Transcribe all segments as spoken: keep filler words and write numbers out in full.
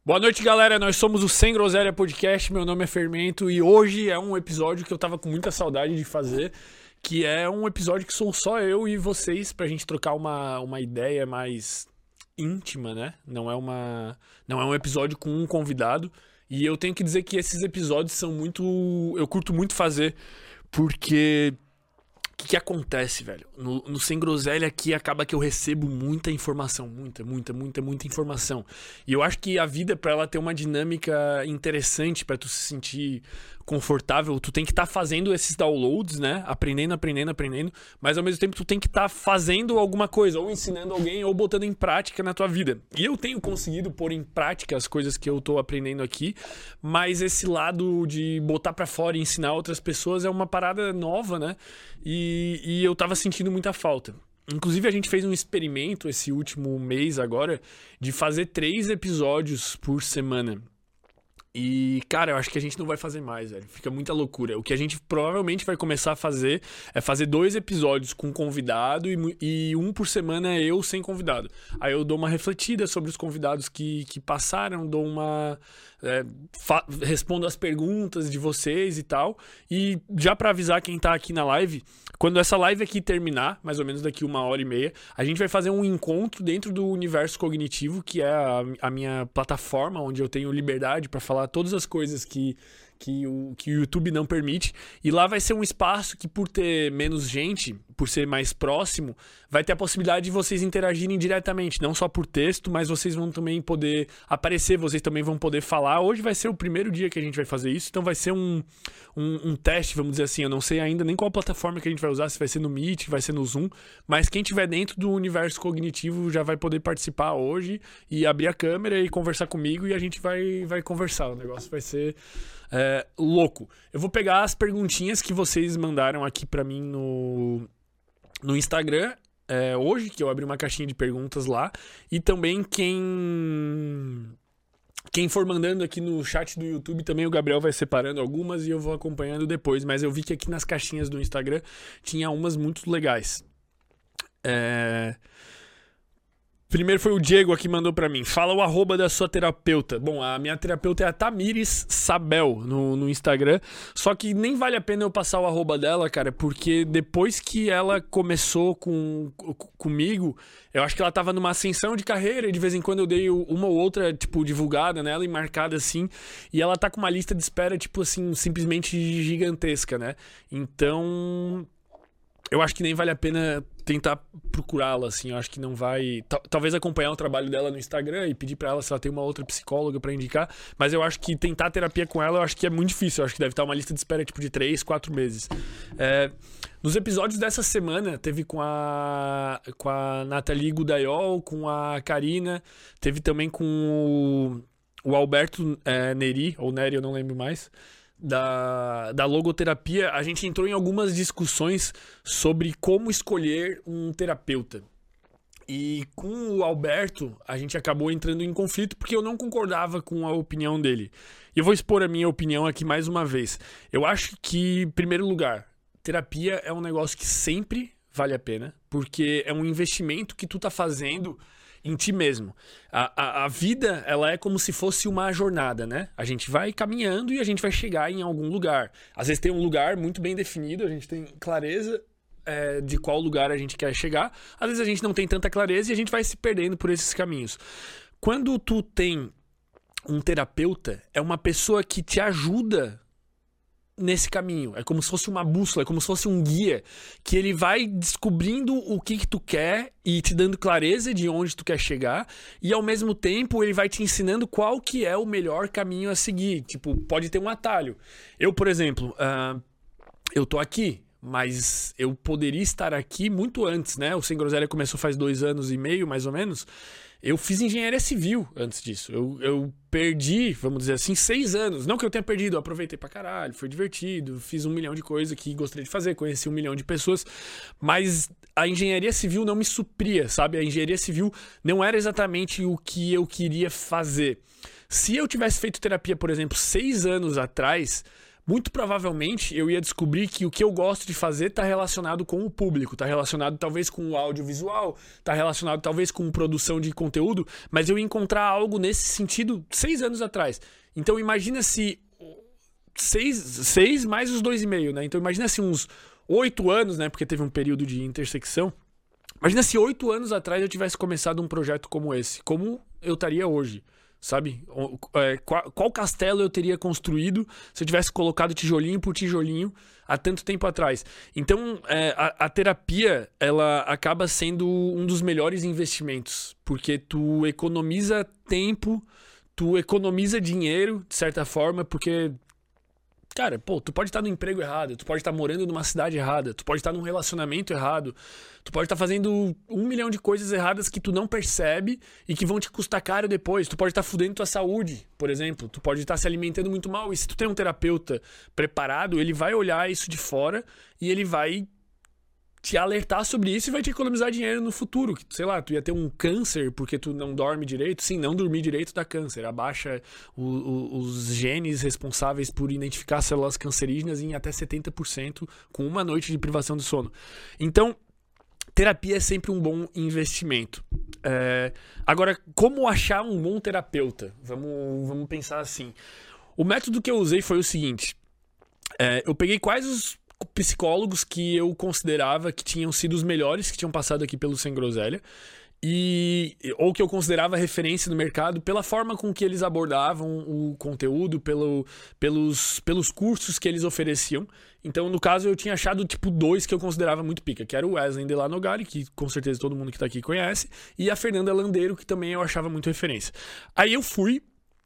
Boa noite, galera. Nós somos o Sem Groselha Podcast. Meu nome é Fermento e hoje é um episódio que eu tava com muita saudade de fazer, que é um episódio que sou só eu e vocês pra gente trocar uma, uma ideia mais íntima, né? Não é uma, não é um episódio com um convidado. E eu tenho que dizer que esses episódios são muito... Eu curto muito fazer, porque... O que, que acontece, velho? No, no Sem Groselha aqui acaba que eu recebo muita informação, muita, muita, muita, muita informação. E eu acho que a vida, pra ela ter uma dinâmica interessante, pra tu se sentir confortável, tu tem que estar tá fazendo esses downloads, né? Aprendendo, aprendendo, aprendendo. Mas ao mesmo tempo tu tem que estar tá fazendo alguma coisa, ou ensinando alguém, ou botando em prática na tua vida. E eu tenho conseguido pôr em prática as coisas que eu tô aprendendo aqui, mas esse lado de botar pra fora e ensinar outras pessoas é uma parada nova, né? E, e eu tava sentindo muita falta. Inclusive a gente fez um experimento esse último mês agora de fazer três episódios por semana. E, cara, eu acho que a gente não vai fazer mais, velho. Fica muita loucura. O que a gente provavelmente vai começar a fazer é fazer dois episódios com convidado e, e um por semana eu sem convidado. Aí eu dou uma refletida sobre os convidados que, que passaram, dou uma... É, fa- respondo as perguntas de vocês e tal. E já pra avisar quem tá aqui na live, quando essa live aqui terminar, mais ou menos daqui uma hora e meia, a gente vai fazer um encontro dentro do Universo Cognitivo, que é a, a minha plataforma, onde eu tenho liberdade pra falar todas as coisas que, que, o, que o YouTube não permite. E lá vai ser um espaço que, por ter menos gente, por ser mais próximo, vai ter a possibilidade de vocês interagirem diretamente, não só por texto, mas vocês vão também poder aparecer, vocês também vão poder falar. Hoje vai ser o primeiro dia que a gente vai fazer isso, então vai ser um, um, um teste, vamos dizer assim. Eu não sei ainda nem qual plataforma que a gente vai usar, se vai ser no Meet, vai ser no Zoom, mas quem estiver dentro do Universo Cognitivo já vai poder participar hoje e abrir a câmera e conversar comigo, e a gente vai, vai conversar. O negócio vai ser é, louco. Eu vou pegar as perguntinhas que vocês mandaram aqui pra mim no, no Instagram é, hoje, que eu abri uma caixinha de perguntas lá, e também quem... Quem for mandando aqui no chat do YouTube, também o Gabriel vai separando algumas e eu vou acompanhando depois. Mas eu vi que aqui nas caixinhas do Instagram tinha umas muito legais. É... Primeiro foi o Diego que mandou pra mim. Fala o arroba da sua terapeuta. Bom, a minha terapeuta é a Tamires Sabel no, no Instagram. Só que nem vale a pena eu passar o arroba dela, cara, porque depois que ela começou com, com, comigo, eu acho que ela tava numa ascensão de carreira e de vez em quando eu dei uma ou outra, tipo, divulgada nela e marcada assim. E ela tá com uma lista de espera, tipo assim, simplesmente gigantesca, né? Então... eu acho que nem vale a pena tentar procurá-la, assim. Eu acho que não vai... T- talvez acompanhar o trabalho dela no Instagram e pedir pra ela se ela tem uma outra psicóloga pra indicar. Mas eu acho que tentar terapia com ela, eu acho que é muito difícil. Eu acho que deve estar uma lista de espera, tipo, de três, quatro meses. É... Nos episódios dessa semana, teve com a, com a Nathalie Gudaiol, com a Karina, teve também com o, o Alberto é, Neri, ou Neri, eu não lembro mais, Da, da logoterapia. A gente entrou em algumas discussões sobre como escolher um terapeuta. E com o Alberto, a gente acabou entrando em conflito porque eu não concordava com a opinião dele. E eu vou expor a minha opinião aqui mais uma vez. Eu acho que, em primeiro lugar, terapia é um negócio que sempre vale a pena, porque é um investimento que tu tá fazendo em ti mesmo. A, a, a vida, ela é como se fosse uma jornada, né? A gente vai caminhando e a gente vai chegar em algum lugar. Às vezes tem um lugar muito bem definido, a gente tem clareza é, de qual lugar a gente quer chegar. Às vezes a gente não tem tanta clareza e a gente vai se perdendo por esses caminhos. Quando tu tem um terapeuta, é uma pessoa que te ajuda nesse caminho. É como se fosse uma bússola, é como se fosse um guia, que ele vai descobrindo o que que tu quer e te dando clareza de onde tu quer chegar, e ao mesmo tempo ele vai te ensinando qual que é o melhor caminho a seguir. Tipo, pode ter um atalho. Eu, por exemplo, uh, eu tô aqui, mas eu poderia estar aqui muito antes, né? O Sem Groselha começou faz dois anos e meio, mais ou menos. Eu fiz engenharia civil antes disso. Eu, eu perdi, vamos dizer assim, seis anos. Não que eu tenha perdido, eu aproveitei pra caralho, foi divertido, fiz um milhão de coisas que gostaria de fazer, conheci um milhão de pessoas, mas a engenharia civil não me supria, sabe? A engenharia civil não era exatamente o que eu queria fazer. Se eu tivesse feito terapia, por exemplo, seis anos atrás, muito provavelmente eu ia descobrir que o que eu gosto de fazer tá relacionado com o público, tá relacionado talvez com o audiovisual, tá relacionado talvez com produção de conteúdo, mas eu ia encontrar algo nesse sentido seis anos atrás. Então imagina se seis, seis mais os dois e meio, né? Então imagina se uns oito anos, né? Porque teve um período de intersecção. Imagina se oito anos atrás eu tivesse começado um projeto como esse, como eu estaria hoje. Sabe? Qual, qual castelo eu teria construído se eu tivesse colocado tijolinho por tijolinho há tanto tempo atrás? Então, é, a, a terapia, ela acaba sendo um dos melhores investimentos, porque tu economiza tempo, tu economiza dinheiro, de certa forma, porque... Cara, pô, tu pode estar no emprego errado, tu pode estar morando numa cidade errada, tu pode estar num relacionamento errado, tu pode estar fazendo um milhão de coisas erradas que tu não percebe e que vão te custar caro depois. Tu pode estar fudendo tua saúde, por exemplo, tu pode estar se alimentando muito mal. E se tu tem um terapeuta preparado, ele vai olhar isso de fora e ele vai te alertar sobre isso e vai te economizar dinheiro no futuro. Sei lá, tu ia ter um câncer porque tu não dorme direito. Sim, não dormir direito dá câncer. Abaixa o, o, os genes responsáveis por identificar células cancerígenas em até setenta por cento com uma noite de privação de sono. Então, terapia é sempre um bom investimento. É... Agora, como achar um bom terapeuta? Vamos, vamos pensar assim. O método que eu usei foi o seguinte. É, eu peguei quais os psicólogos que eu considerava que tinham sido os melhores que tinham passado aqui pelo Sem Groselha, e, ou que eu considerava referência no mercado pela forma com que eles abordavam o conteúdo, pelo, pelos, pelos cursos que eles ofereciam. Então, no caso, eu tinha achado tipo dois que eu considerava muito pica, que era o Wesley Delanogari, que com certeza todo mundo que tá aqui conhece, e a Fernanda Landeiro, que também eu achava muito referência. Aí eu fui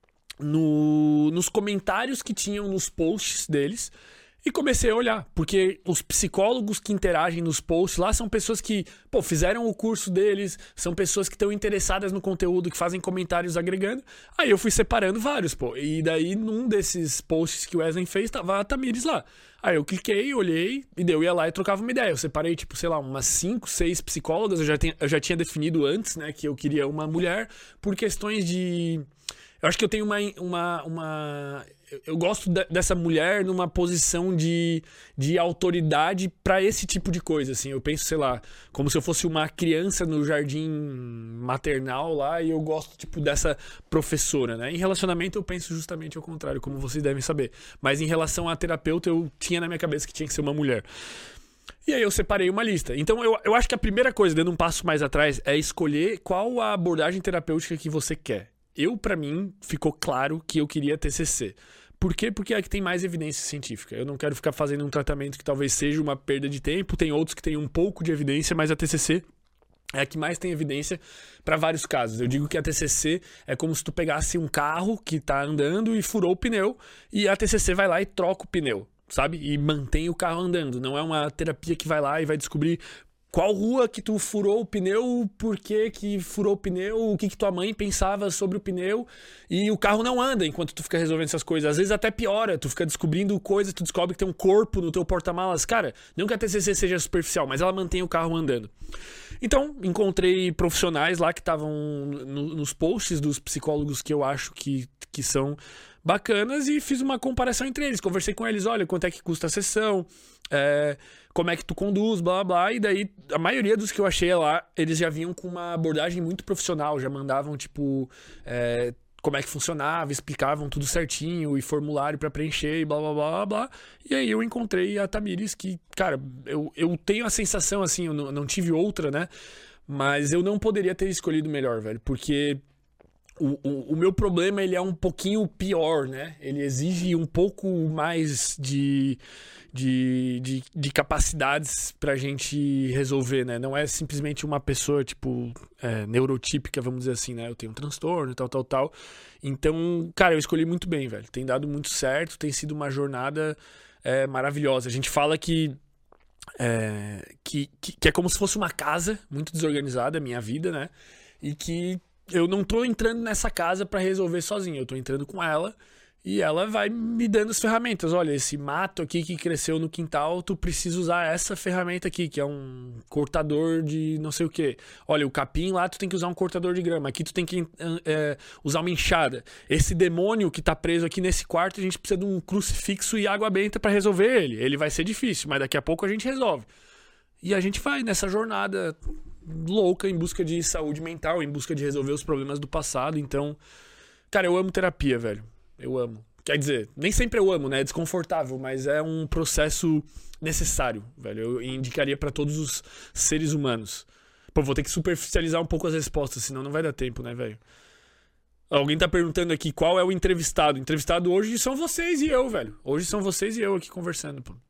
no, nos comentários que tinham nos posts deles, e comecei a olhar, porque os psicólogos que interagem nos posts lá são pessoas que, pô, fizeram o curso deles, são pessoas que estão interessadas no conteúdo, que fazem comentários agregando. Aí eu fui separando vários, pô. E daí, num desses posts que o Wesley fez, tava a Tamires lá. Aí eu cliquei, olhei, e daí eu ia lá e trocava uma ideia. Eu separei, tipo, sei lá, umas cinco, seis psicólogas. Eu já, tenho, eu já tinha definido antes, né, que eu queria uma mulher, por questões de... Eu acho que eu tenho uma... uma, uma... Eu gosto de, dessa mulher numa posição de, de autoridade pra esse tipo de coisa, assim. Eu penso, sei lá, como se eu fosse uma criança no jardim maternal lá, e eu gosto, tipo, dessa professora, né? Em relacionamento eu penso justamente ao contrário, como vocês devem saber. Mas em relação a terapeuta, eu tinha na minha cabeça que tinha que ser uma mulher. E aí eu separei uma lista. Então eu, eu acho que a primeira coisa, dando um passo mais atrás, é escolher qual a abordagem terapêutica que você quer. Eu, pra mim, ficou claro que eu queria T C C. Por quê? Porque é a que tem mais evidência científica. Eu não quero ficar fazendo um tratamento que talvez seja uma perda de tempo. Tem outros que têm um pouco de evidência, mas a T C C é a que mais tem evidência para vários casos. Eu digo que a T C C é como se tu pegasse um carro que tá andando e furou o pneu, e a T C C vai lá e troca o pneu, sabe? E mantém o carro andando. Não é uma terapia que vai lá e vai descobrir qual rua que tu furou o pneu, por que que furou o pneu, o que que tua mãe pensava sobre o pneu, e o carro não anda enquanto tu fica resolvendo essas coisas. Às vezes até piora, tu fica descobrindo coisas, tu descobre que tem um corpo no teu porta-malas. Cara, não que a T C C seja superficial, mas ela mantém o carro andando. Então, encontrei profissionais lá que estavam no, nos posts dos psicólogos que eu acho que, que são bacanas, e fiz uma comparação entre eles. Conversei com eles, olha, quanto é que custa a sessão, é, como é que tu conduz, blá, blá, blá. E daí, a maioria dos que eu achei lá, eles já vinham com uma abordagem muito profissional, já mandavam, tipo, é, como é que funcionava, explicavam tudo certinho, e formulário pra preencher, e blá, blá, blá, blá. E aí eu encontrei a Tamires, que, cara, eu, eu tenho a sensação, assim, eu não, não tive outra, né? Mas eu não poderia ter escolhido melhor, velho, porque... O, o, o meu problema, ele é um pouquinho pior, né? Ele exige um pouco mais de, de, de, de capacidades pra gente resolver, né? Não é simplesmente uma pessoa, tipo, é, neurotípica, vamos dizer assim, né? Eu tenho um transtorno, tal, tal, tal. Então, cara, eu escolhi muito bem, velho. Tem dado muito certo, tem sido uma jornada é, maravilhosa. A gente fala que, é, que, que, que é como se fosse uma casa muito desorganizada, a minha vida, né? E que... eu não tô entrando nessa casa pra resolver sozinho, eu tô entrando com ela, E ela vai me dando as ferramentas. Olha, esse mato aqui que cresceu no quintal, tu precisa usar essa ferramenta aqui, que é um cortador de não sei o quê. Olha, o capim lá, tu tem que usar um cortador de grama. Aqui tu tem que é, usar uma enxada. Esse demônio que tá preso aqui nesse quarto, a gente precisa de um crucifixo e água benta pra resolver ele. Ele vai ser difícil, mas daqui a pouco a gente resolve. E a gente vai nessa jornada louca em busca de saúde mental, em busca de resolver os problemas do passado. Então, cara, eu amo terapia, velho. Eu amo. Quer dizer, nem sempre eu amo, né? É desconfortável, mas é um processo necessário, velho. Eu indicaria pra todos os seres humanos. Pô, vou ter que superficializar um pouco as respostas, senão não vai dar tempo, né, velho? Alguém tá perguntando aqui qual é o entrevistado. O entrevistado hoje são vocês e eu, velho. Hoje são vocês e eu aqui conversando, pô.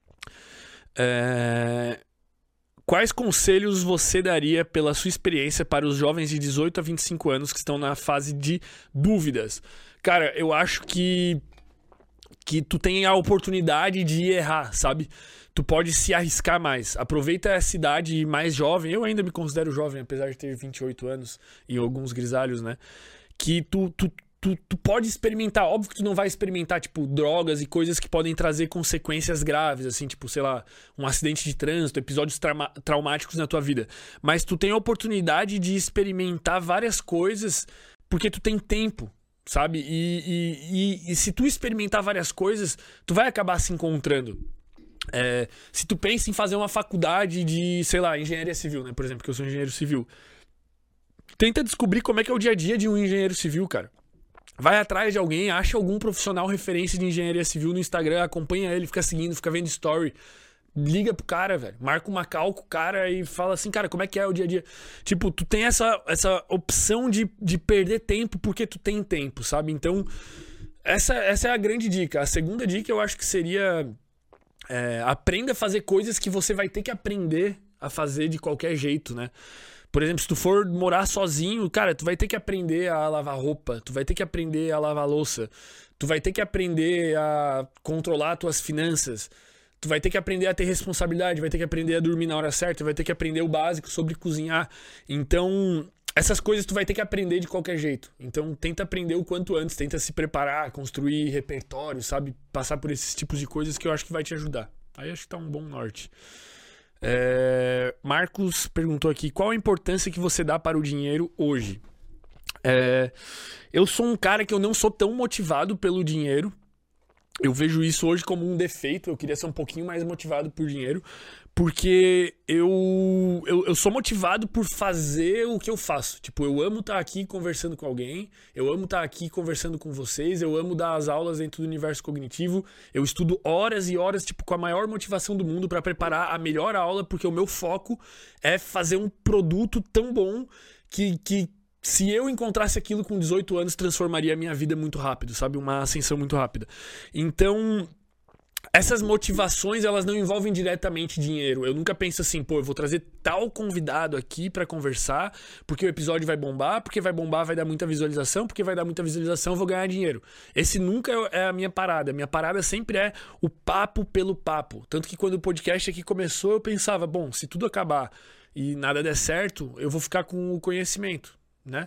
É... Quais conselhos você daria pela sua experiência para os jovens de dezoito a vinte e cinco anos que estão na fase de dúvidas? Cara, eu acho que que tu tem a oportunidade de errar, sabe? Tu pode se arriscar mais. Aproveita essa idade mais jovem. Eu ainda me considero jovem, apesar de ter vinte e oito anos e alguns grisalhos, né? Que tu, tu, tu, tu pode experimentar. Óbvio que tu não vai experimentar, tipo, drogas e coisas que podem trazer consequências graves, assim, tipo, sei lá, um acidente de trânsito, episódios trauma- traumáticos na tua vida. Mas tu tem a oportunidade de experimentar várias coisas porque tu tem tempo. Sabe? E, e, e, e se tu experimentar várias coisas, tu vai acabar se encontrando. É, se tu pensa em fazer uma faculdade de, sei lá, engenharia civil, né? Por exemplo, que eu sou engenheiro civil. Tenta descobrir como é que é o dia a dia de um engenheiro civil, cara. Vai atrás de alguém, acha algum profissional referência de engenharia civil no Instagram, acompanha ele, fica seguindo, fica vendo story. Liga pro cara, velho. Marca uma call com o cara e fala assim, cara, como é que é o dia a dia? Tipo, tu tem essa, essa opção de, de perder tempo porque tu tem tempo, sabe? Então, essa, essa é a grande dica. A segunda dica eu acho que seria é, aprenda a fazer coisas que você vai ter que aprender a fazer de qualquer jeito, né? Por exemplo, se tu for morar sozinho, cara, tu vai ter que aprender a lavar roupa, tu vai ter que aprender a lavar louça, tu vai ter que aprender a controlar tuas finanças. Tu vai ter que aprender a ter responsabilidade, vai ter que aprender a dormir na hora certa, vai ter que aprender o básico sobre cozinhar. Então, essas coisas tu vai ter que aprender de qualquer jeito. Então, tenta aprender o quanto antes, tenta se preparar, construir repertório, sabe? Passar por esses tipos de coisas que eu acho que vai te ajudar. Aí acho que tá um bom norte. É... Marcos perguntou aqui, qual a importância que você dá para o dinheiro hoje? É... Eu sou um cara que eu não sou tão motivado pelo dinheiro. Eu vejo isso hoje como um defeito. Eu queria ser um pouquinho mais motivado por dinheiro. Porque eu, eu, eu sou motivado por fazer o que eu faço. Tipo, eu amo estar aqui conversando com alguém. Eu amo estar aqui conversando com vocês. Eu amo dar as aulas dentro do universo cognitivo. Eu estudo horas e horas, tipo, com a maior motivação do mundo para preparar a melhor aula. Porque o meu foco é fazer um produto tão bom que... que se eu encontrasse aquilo com dezoito anos, transformaria a minha vida muito rápido, sabe? Uma ascensão muito rápida. Então, essas motivações, elas não envolvem diretamente dinheiro. Eu nunca penso assim, pô, eu vou trazer tal convidado aqui pra conversar, porque o episódio vai bombar, porque vai bombar, vai dar muita visualização, porque vai dar muita visualização, eu vou ganhar dinheiro. Esse nunca é a minha parada. A minha parada sempre é o papo pelo papo. Tanto que quando o podcast aqui começou, eu pensava, bom, se tudo acabar e nada der certo, eu vou ficar com o conhecimento. Né?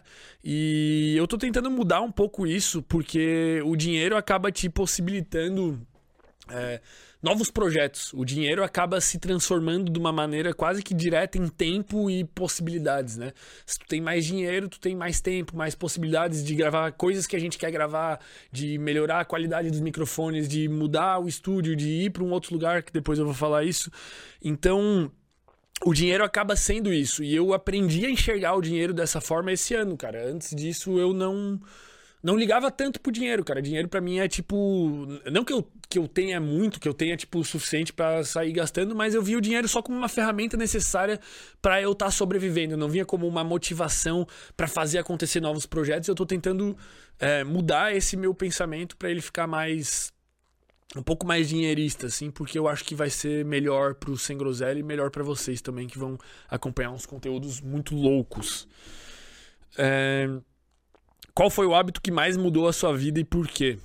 E eu tô tentando mudar um pouco isso, porque o dinheiro acaba te possibilitando é, novos projetos. O dinheiro acaba se transformando de uma maneira quase que direta em tempo e possibilidades, né? Se tu tem mais dinheiro, tu tem mais tempo, mais possibilidades de gravar coisas que a gente quer gravar, de melhorar a qualidade dos microfones, de mudar o estúdio, de ir para um outro lugar, que depois eu vou falar isso. Então... o dinheiro acaba sendo isso. E eu aprendi a enxergar o dinheiro dessa forma esse ano, cara. Antes disso, eu não não ligava tanto pro dinheiro, cara. Dinheiro pra mim é tipo... não que eu, que eu tenha muito, que eu tenha tipo o suficiente pra sair gastando, mas eu via o dinheiro só como uma ferramenta necessária pra eu estar sobrevivendo. Eu não via como uma motivação pra fazer acontecer novos projetos. Eu tô tentando é, mudar esse meu pensamento pra ele ficar mais... um pouco mais dinheirista, assim, porque eu acho que vai ser melhor pro Sem Groselha e melhor pra vocês também, que vão acompanhar uns conteúdos muito loucos. É... Qual foi o hábito que mais mudou a sua vida e por quê?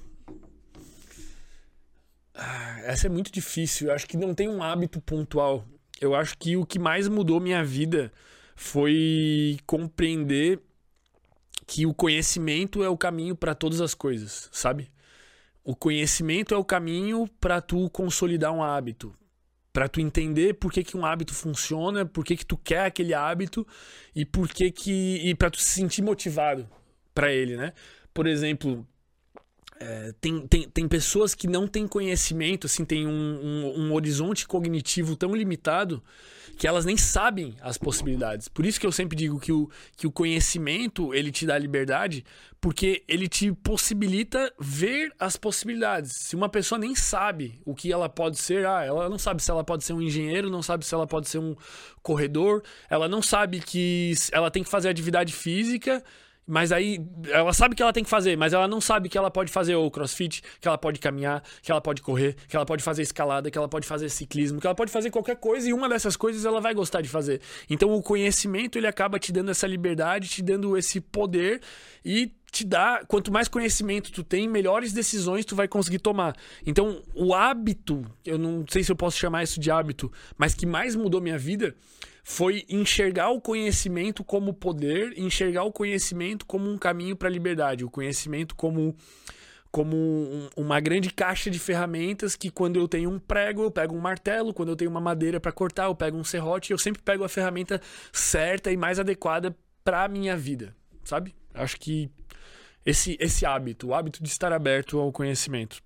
Ah, essa é muito difícil. Eu acho que não tem um hábito pontual. Eu acho que o que mais mudou minha vida foi compreender que o conhecimento é o caminho pra todas as coisas, sabe? O conhecimento é o caminho para tu consolidar um hábito. Para tu entender por que, que um hábito funciona, por que, que tu quer aquele hábito e por que que e para tu se sentir motivado para ele, né? Por exemplo, é, tem, tem, tem pessoas que não têm conhecimento, assim, tem um, um, um horizonte cognitivo tão limitado que elas nem sabem as possibilidades. Por isso que eu sempre digo que o, que o conhecimento, ele te dá liberdade, porque ele te possibilita ver as possibilidades. Se uma pessoa nem sabe o que ela pode ser, ah, ela não sabe se ela pode ser um engenheiro, não sabe se ela pode ser um corredor, ela não sabe que ela tem que fazer atividade física, mas aí ela sabe que ela tem que fazer, mas ela não sabe que ela pode fazer o crossfit, que ela pode caminhar, que ela pode correr, que ela pode fazer escalada, que ela pode fazer ciclismo, que ela pode fazer qualquer coisa e uma dessas coisas ela vai gostar de fazer. Então o conhecimento, ele acaba te dando essa liberdade, te dando esse poder e te dá, quanto mais conhecimento tu tem, melhores decisões tu vai conseguir tomar. Então o hábito, eu não sei se eu posso chamar isso de hábito, mas que mais mudou minha vida foi enxergar o conhecimento como poder, enxergar o conhecimento como um caminho para a liberdade, o conhecimento como, como um, uma grande caixa de ferramentas que quando eu tenho um prego, eu pego um martelo, quando eu tenho uma madeira para cortar, eu pego um serrote, eu sempre pego a ferramenta certa e mais adequada para a minha vida, sabe? Acho que esse, esse hábito, o hábito de estar aberto ao conhecimento.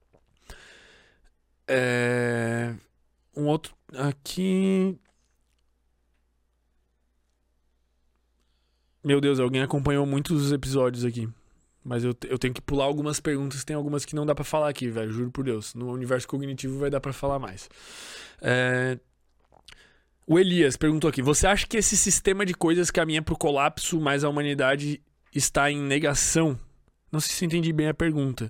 É... Um outro aqui... Meu Deus, alguém acompanhou muitos episódios aqui. Mas eu, eu tenho que pular algumas perguntas. Tem algumas que não dá pra falar aqui, velho. Juro por Deus. No universo cognitivo vai dar pra falar mais. É... O Elias perguntou aqui. Você acha que esse sistema de coisas caminha pro colapso, mas a humanidade está em negação? Não sei se entendi bem a pergunta.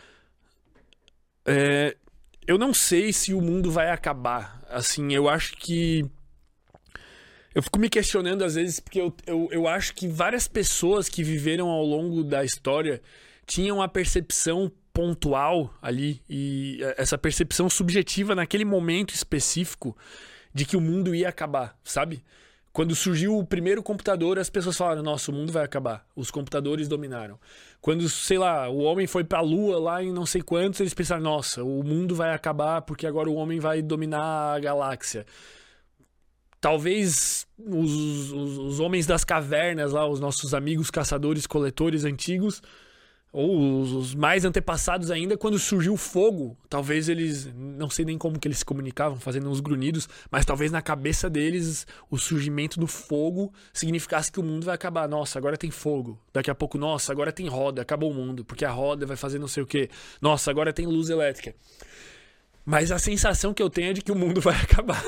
É... Eu não sei se o mundo vai acabar. Assim, eu acho que... Eu fico me questionando às vezes porque eu, eu, eu acho que várias pessoas que viveram ao longo da história tinham a percepção pontual ali e essa percepção subjetiva naquele momento específico de que o mundo ia acabar, sabe? Quando surgiu o primeiro computador, as pessoas falaram, nossa, o mundo vai acabar. Os computadores dominaram. Quando, sei lá, o homem foi pra Lua lá em não sei quantos, eles pensaram, nossa, o mundo vai acabar porque agora o homem vai dominar a galáxia. Talvez os, os, os homens das cavernas lá, os nossos amigos caçadores-coletores antigos, ou os, os mais antepassados ainda, quando surgiu o fogo, talvez eles, não sei nem como que eles se comunicavam, fazendo uns grunhidos, mas talvez na cabeça deles o surgimento do fogo significasse que o mundo vai acabar. Nossa, agora tem fogo. Daqui a pouco, nossa, agora tem roda, acabou o mundo, porque a roda vai fazer não sei o quê. Nossa, agora tem luz elétrica. Mas a sensação que eu tenho é de que o mundo vai acabar.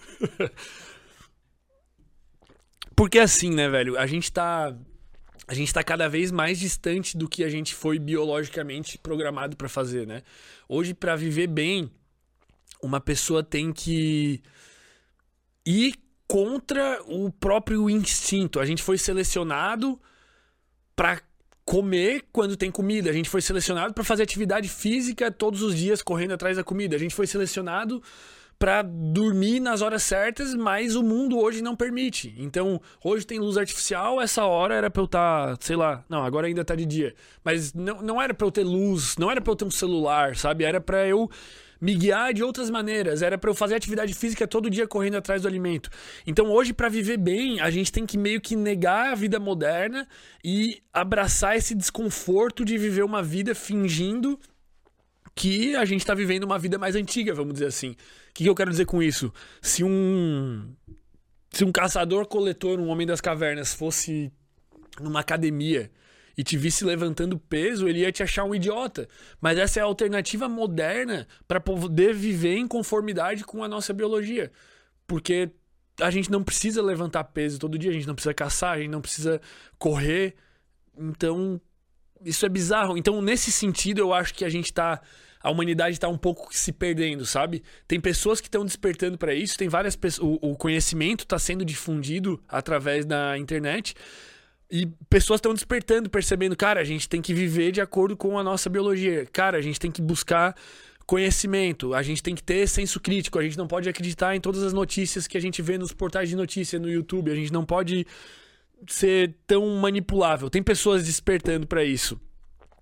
Porque assim, né, velho, a gente tá a gente tá cada vez mais distante do que a gente foi biologicamente programado pra fazer, né? Hoje, pra viver bem, uma pessoa tem que ir contra o próprio instinto. A gente foi selecionado pra comer quando tem comida. A gente foi selecionado pra fazer atividade física todos os dias correndo atrás da comida. A gente foi selecionado pra dormir nas horas certas, mas o mundo hoje não permite. Então, hoje tem luz artificial, essa hora era pra eu estar, sei lá, não, agora ainda tá de dia, mas não, não era pra eu ter luz, não era pra eu ter um celular, sabe? Era pra eu me guiar de outras maneiras, era pra eu fazer atividade física todo dia correndo atrás do alimento. Então, hoje, pra viver bem, a gente tem que meio que negar a vida moderna e abraçar esse desconforto de viver uma vida fingindo que a gente tá vivendo uma vida mais antiga, vamos dizer assim. O que, que eu quero dizer com isso? Se um, se um caçador-coletor, um homem das cavernas, fosse numa academia e te visse levantando peso, ele ia te achar um idiota. Mas essa é a alternativa moderna para poder viver em conformidade com a nossa biologia. Porque a gente não precisa levantar peso todo dia, a gente não precisa caçar, a gente não precisa correr. Então, isso é bizarro. Então, nesse sentido, eu acho que a gente tá... A humanidade tá um pouco se perdendo, sabe? Tem pessoas que estão despertando para isso, tem várias pessoas... O conhecimento tá sendo difundido através da internet e pessoas estão despertando, percebendo, cara, a gente tem que viver de acordo com a nossa biologia. Cara, a gente tem que buscar conhecimento, a gente tem que ter senso crítico, a gente não pode acreditar em todas as notícias que a gente vê nos portais de notícia no YouTube, a gente não pode ser tão manipulável. Tem pessoas despertando para isso.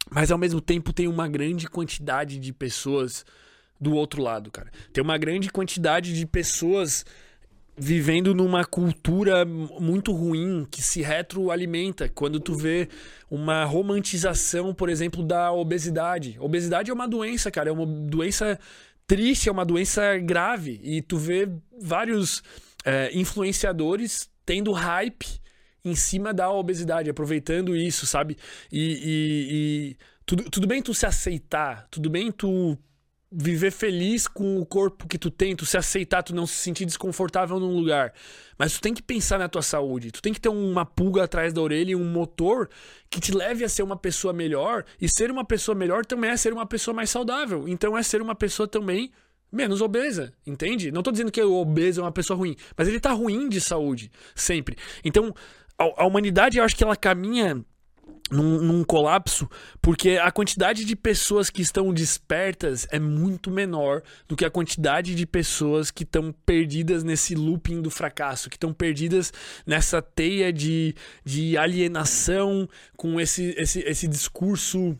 Mas ao mesmo tempo tem uma grande quantidade de pessoas do outro lado, cara. Tem uma grande quantidade de pessoas vivendo numa cultura muito ruim que se retroalimenta. Quando tu vê uma romantização, por exemplo, da obesidade. Obesidade é uma doença, cara. É uma doença triste, é uma doença grave. E tu vê vários é, influenciadores tendo hype em cima da obesidade, aproveitando isso, sabe? E, e, e tudo, tudo bem tu se aceitar, tudo bem tu viver feliz com o corpo que tu tem, tu se aceitar, tu não se sentir desconfortável num lugar. Mas tu tem que pensar na tua saúde, tu tem que ter uma pulga atrás da orelha e um motor que te leve a ser uma pessoa melhor. E ser uma pessoa melhor também é ser uma pessoa mais saudável. Então é ser uma pessoa também menos obesa, entende? Não tô dizendo que o obeso é uma pessoa ruim, mas ele tá ruim de saúde, sempre. Então, a, a humanidade, eu acho que ela caminha Num, num colapso, porque a quantidade de pessoas que estão despertas é muito menor do que a quantidade de pessoas que estão perdidas nesse looping do fracasso, que estão perdidas nessa teia de, de alienação, com esse, esse, esse discurso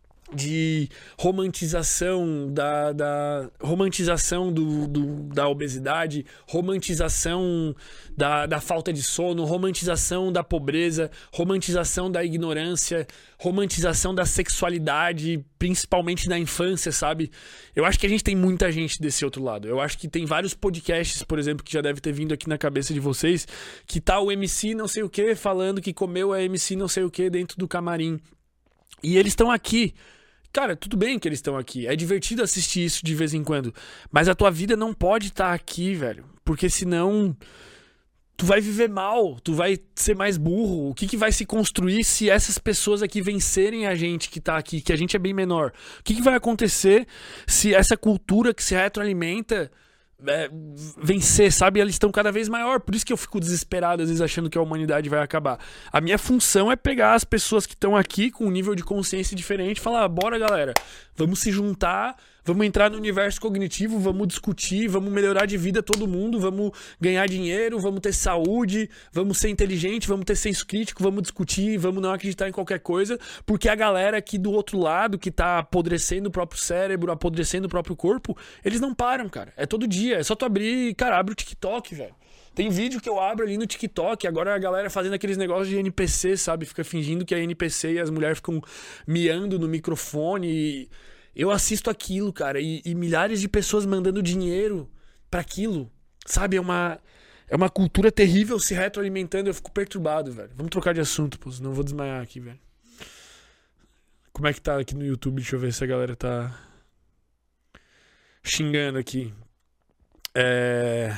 de romantização da, da romantização do, do, da obesidade, romantização da, da falta de sono, romantização da pobreza, romantização da ignorância, romantização da sexualidade, principalmente na infância, sabe? Eu acho que a gente tem muita gente desse outro lado. Eu acho que tem vários podcasts, por exemplo, que já deve ter vindo aqui na cabeça de vocês, que tá o M C não sei o que falando que comeu a M C não sei o que dentro do camarim. E eles estão aqui. Cara, tudo bem que eles estão aqui. É divertido assistir isso de vez em quando. Mas a tua vida não pode estar aqui, velho. Porque senão tu vai viver mal. Tu vai ser mais burro. O que, que vai se construir se essas pessoas aqui vencerem a gente que tá aqui? Que a gente é bem menor. O que, que vai acontecer se essa cultura que se retroalimenta É, vencer, sabe? Eles estão cada vez maior. Por isso que eu fico desesperado às vezes achando que a humanidade vai acabar. A minha função é pegar as pessoas que estão aqui com um nível de consciência diferente e falar, bora galera, vamos se juntar, vamos entrar no universo cognitivo, vamos discutir, vamos melhorar de vida todo mundo, vamos ganhar dinheiro, vamos ter saúde, vamos ser inteligente, vamos ter senso crítico, vamos discutir, vamos não acreditar em qualquer coisa, porque a galera aqui do outro lado que tá apodrecendo o próprio cérebro, apodrecendo o próprio corpo, eles não param, cara. É todo dia, é só tu abrir, cara, abre o TikTok, velho. Tem vídeo que eu abro ali no TikTok, agora a galera fazendo aqueles negócios de N P C, sabe? Fica fingindo que é N P C e as mulheres ficam miando no microfone e... Eu assisto aquilo, cara, e, e milhares de pessoas mandando dinheiro pra aquilo, sabe? É uma, é uma cultura terrível se retroalimentando, eu fico perturbado, velho. Vamos trocar de assunto, pô, senão eu vou desmaiar aqui, velho. Como é que tá aqui no YouTube? Deixa eu ver se a galera tá xingando aqui. É...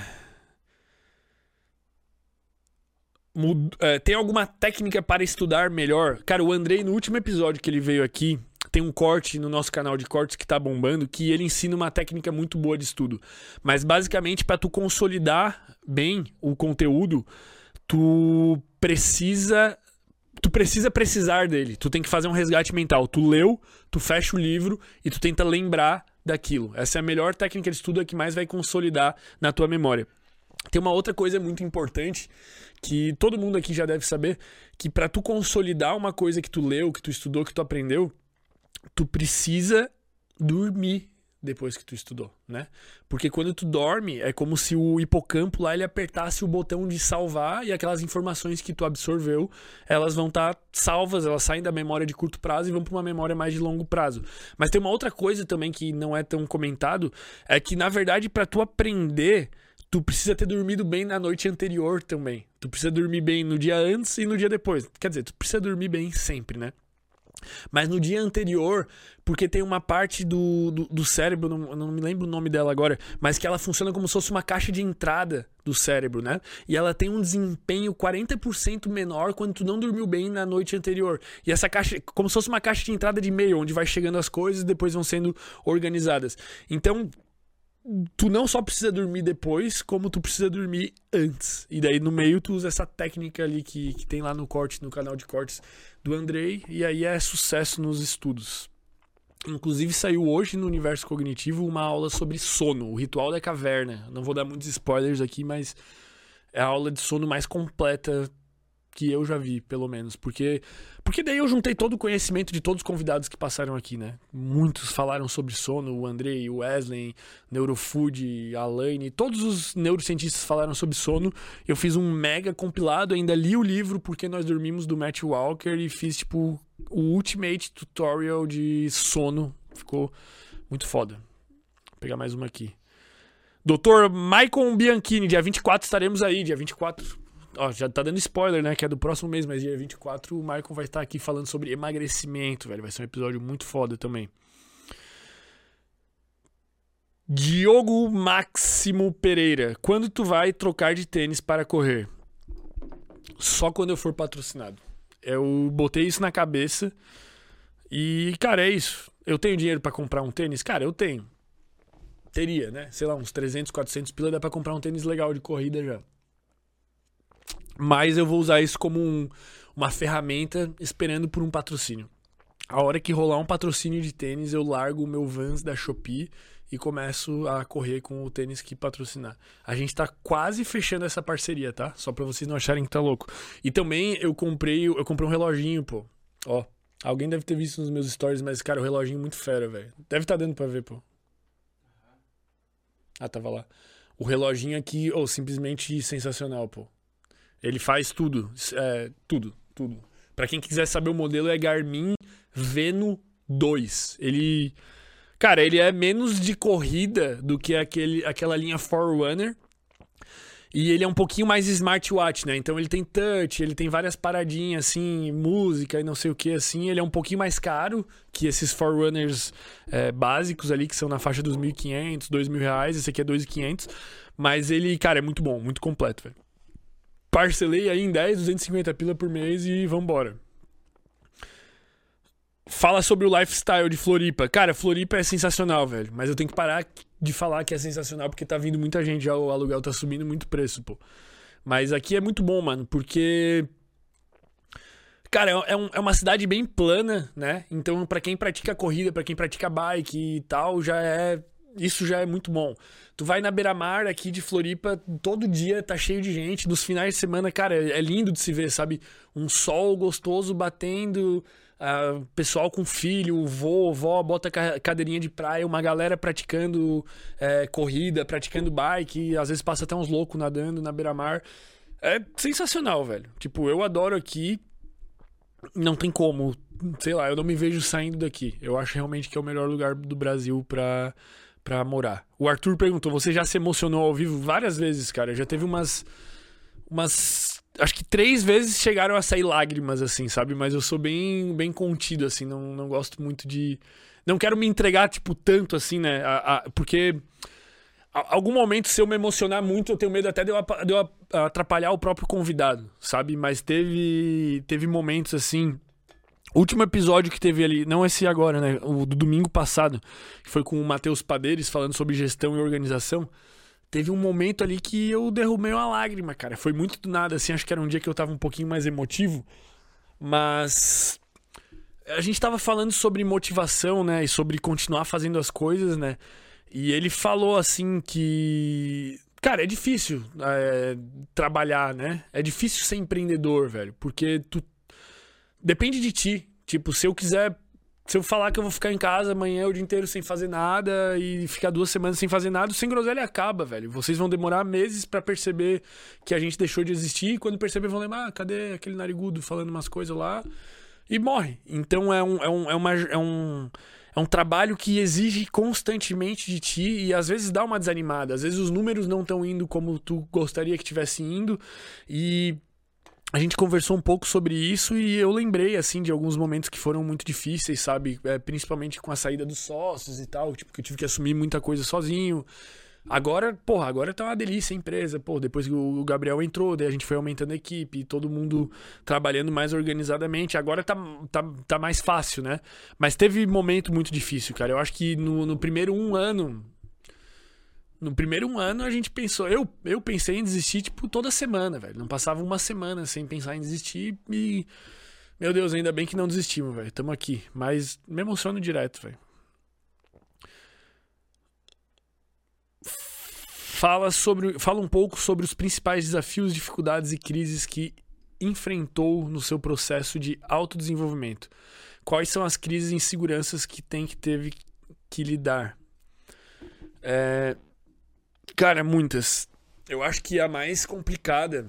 Mud... é... Tem alguma técnica para estudar melhor? Cara, o Andrei, no último episódio que ele veio aqui, tem um corte no nosso canal de cortes que tá bombando, que ele ensina uma técnica muito boa de estudo. Mas basicamente, para tu consolidar bem o conteúdo, tu precisa... Tu precisa precisar dele. Tu tem que fazer um resgate mental. Tu leu, tu fecha o livro e tu tenta lembrar daquilo. Essa é a melhor técnica de estudo, é que mais vai consolidar na tua memória. Tem uma outra coisa muito importante que todo mundo aqui já deve saber, que para tu consolidar uma coisa que tu leu, que tu estudou, que tu aprendeu, tu precisa dormir depois que tu estudou, né? Porque quando tu dorme, é como se o hipocampo lá, ele apertasse o botão de salvar e aquelas informações que tu absorveu, elas vão estar tá salvas, elas saem da memória de curto prazo e vão para uma memória mais de longo prazo. Mas tem uma outra coisa também que não é tão comentado, é que na verdade para tu aprender, tu precisa ter dormido bem na noite anterior também. Tu precisa dormir bem no dia antes e no dia depois. Quer dizer, tu precisa dormir bem sempre, né? Mas no dia anterior, porque tem uma parte do, do, do cérebro, não, não me lembro o nome dela agora, mas que ela funciona como se fosse uma caixa de entrada do cérebro, né? E ela tem um desempenho quarenta por cento menor quando tu não dormiu bem na noite anterior. E essa caixa, como se fosse uma caixa de entrada de e-mail, onde vai chegando as coisas e depois vão sendo organizadas. Então, tu não só precisa dormir depois, como tu precisa dormir antes. E daí no meio tu usa essa técnica ali que, que tem lá no corte, no canal de cortes do Andrei, e aí é sucesso nos estudos. Inclusive saiu hoje no Universo Cognitivo uma aula sobre sono, o ritual da caverna. Não vou dar muitos spoilers aqui, mas é a aula de sono mais completa que eu já vi, pelo menos. Porque, porque daí eu juntei todo o conhecimento de todos os convidados que passaram aqui, né? Muitos falaram sobre sono, o Andrei, o Wesley, Neurofood, a Alaine, todos os neurocientistas falaram sobre sono. Eu fiz um mega compilado, ainda li o livro Porque Nós Dormimos, do Matt Walker, e fiz, tipo, o Ultimate Tutorial de sono. Ficou muito foda. Vou pegar mais uma aqui. doutor Maicon Bianchini, dia vinte e quatro estaremos aí, dia vinte e quatro. Ó, já tá dando spoiler, né? Que é do próximo mês, mas dia vinte e quatro o Maicon vai estar aqui falando sobre emagrecimento, velho. Vai ser um episódio muito foda também. Diogo Máximo Pereira. Quando tu vai trocar de tênis para correr? Só quando eu for patrocinado. Eu botei isso na cabeça e, cara, é isso. Eu tenho dinheiro pra comprar um tênis? Cara, eu tenho. Teria, né? Sei lá, uns trezentos, quatrocentos pila dá pra comprar um tênis legal de corrida já. Mas eu vou usar isso como um, uma ferramenta esperando por um patrocínio. A hora que rolar um patrocínio de tênis, eu largo o meu Vans da Shopee e começo a correr com o tênis que patrocinar. A gente tá quase fechando essa parceria, tá? Só pra vocês não acharem que tá louco. E também eu comprei, eu comprei um reloginho, pô. Ó, alguém deve ter visto nos meus stories, mas, cara, o reloginho muito fera, velho. Deve tá dando pra ver, pô. Ah, tava lá. O reloginho aqui, oh, simplesmente sensacional, pô. Ele faz tudo, é, tudo, tudo. Pra quem quiser saber o modelo, é Garmin Venu dois. Ele, cara, ele é menos de corrida do que aquele, aquela linha Forerunner. E ele é um pouquinho mais smartwatch, né? Então ele tem touch, ele tem várias paradinhas, assim, música e não sei o que, assim. Ele é um pouquinho mais caro que esses Forerunners é, básicos ali, que são na faixa dos mil e quinhentos, dois mil reais. Esse aqui é dois mil e quinhentos. Mas ele, cara, é muito bom, muito completo, velho. Parcelei aí em dez, duzentos e cinquenta pila por mês e vambora. Fala sobre o lifestyle de Floripa. Cara, Floripa é sensacional, velho. Mas eu tenho que parar de falar que é sensacional porque tá vindo muita gente, já o aluguel tá subindo muito preço, pô. Mas aqui é muito bom, mano, porque... Cara, é, um, é uma cidade bem plana, né? Então, pra quem pratica corrida, pra quem pratica bike e tal, já é... Isso já é muito bom. Tu vai na beira-mar aqui de Floripa, todo dia tá cheio de gente. Nos finais de semana, cara, é lindo de se ver, sabe? Um sol gostoso batendo, uh, pessoal com filho, vô, vó, bota cadeirinha de praia, uma galera praticando é, corrida, praticando bike, às vezes passa até uns loucos nadando na beira-mar. É sensacional, velho. Tipo, eu adoro aqui. Não tem como, sei lá, eu não me vejo saindo daqui. Eu acho realmente que é o melhor lugar do Brasil pra... pra morar. O Arthur perguntou, você já se emocionou ao vivo? Várias vezes, cara. Já teve umas... Umas... Acho que três vezes chegaram a sair lágrimas, assim, sabe? Mas eu sou bem, bem contido, assim. Não, não gosto muito de... Não quero me entregar, tipo, tanto, assim, né? A, a, porque... A, algum momento, se eu me emocionar muito, eu tenho medo até de eu, de eu atrapalhar o próprio convidado, sabe? Mas teve... Teve momentos, assim... O último episódio que teve ali, não esse agora, né? O do domingo passado, que foi com o Matheus Padeiros falando sobre gestão e organização. Teve um momento ali que eu derrubei uma lágrima, cara. Foi muito do nada, assim. Acho que era um dia que eu tava um pouquinho mais emotivo. Mas a gente tava falando sobre motivação, né? E sobre continuar fazendo as coisas, né? E ele falou, assim, que... Cara, é difícil é, trabalhar, né? É difícil ser empreendedor, velho. Porque tu... Depende de ti. Tipo, se eu quiser... Se eu falar que eu vou ficar em casa amanhã o dia inteiro sem fazer nada e ficar duas semanas sem fazer nada, o Sem Groselha acaba, velho. Vocês vão demorar meses pra perceber que a gente deixou de existir. E quando perceber, vão lembrar, ah, cadê aquele narigudo falando umas coisas lá? E morre. Então é um, é um, é uma, é um, é um trabalho que exige constantemente de ti e às vezes dá uma desanimada. Às vezes os números não estão indo como tu gostaria que tivesse indo e... A gente conversou um pouco sobre isso e eu lembrei, assim, de alguns momentos que foram muito difíceis, sabe? É, principalmente com a saída dos sócios e tal, tipo, que eu tive que assumir muita coisa sozinho. Agora, porra, agora tá uma delícia a empresa. Pô, depois que o Gabriel entrou, daí a gente foi aumentando a equipe, todo mundo trabalhando mais organizadamente. Agora tá, tá, tá mais fácil, né? Mas teve momento muito difícil, cara. Eu acho que no, no primeiro um ano... No primeiro um ano a gente pensou... Eu, eu pensei em desistir, tipo, toda semana, velho. Não passava uma semana sem pensar em desistir e... Meu Deus, ainda bem que não desistimos, velho. Tamo aqui. Mas me emociono direto, velho. Fala sobre... Fala um pouco sobre os principais desafios, dificuldades e crises que enfrentou no seu processo de autodesenvolvimento? Quais são as crises e inseguranças que tem que teve que lidar? É... Cara, muitas. Eu acho que a mais complicada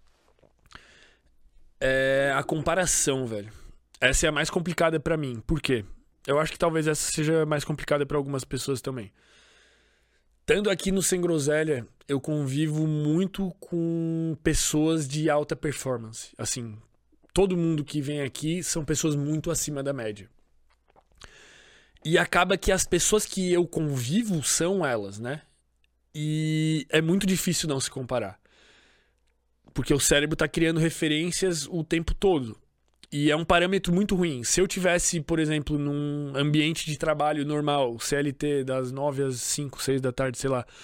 é a comparação, velho. Essa é a mais complicada pra mim. Por quê? Eu acho que talvez essa seja mais complicada pra algumas pessoas também. Estando aqui no Sem Groselha, eu convivo muito com pessoas de alta performance. Assim, todo mundo que vem aqui são pessoas muito acima da média. E acaba que as pessoas que eu convivo são elas, né? E é muito difícil não se comparar. Porque o cérebro tá criando referências o tempo todo. E é um parâmetro muito ruim. Se eu tivesse, por exemplo, num ambiente de trabalho normal, C L T, das nove às cinco, seis da tarde, sei lá,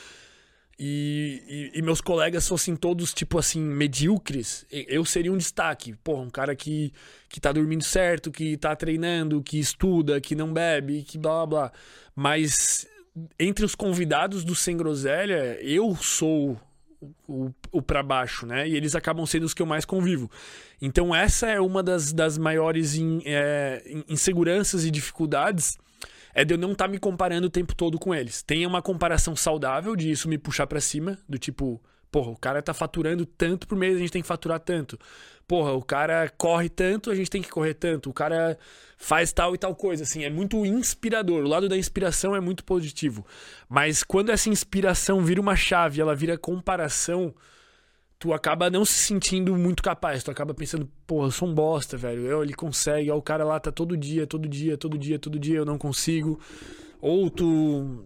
e, e, e meus colegas fossem todos, tipo assim, medíocres, eu seria um destaque. Porra, um cara que, que tá dormindo certo, que tá treinando, que estuda, que não bebe, que blá blá blá. Mas entre os convidados do Sem Groselha, eu sou o, o pra baixo, né? E eles acabam sendo os que eu mais convivo. Então essa é uma das, das maiores in, é, inseguranças e dificuldades, é de eu não estar tá me comparando o tempo todo com eles. Tem uma comparação saudável de isso me puxar pra cima, do tipo, porra, o cara tá faturando tanto por mês, a gente tem que faturar tanto. Porra, o cara corre tanto, a gente tem que correr tanto. O cara faz tal e tal coisa, assim, é muito inspirador. O lado da inspiração é muito positivo. Mas quando essa inspiração vira uma chave, ela vira comparação, tu acaba não se sentindo muito capaz. Tu acaba pensando, porra, eu sou um bosta, velho. Eu, ele consegue, ó, o cara lá tá todo dia, todo dia, todo dia, todo dia, eu não consigo. Ou tu...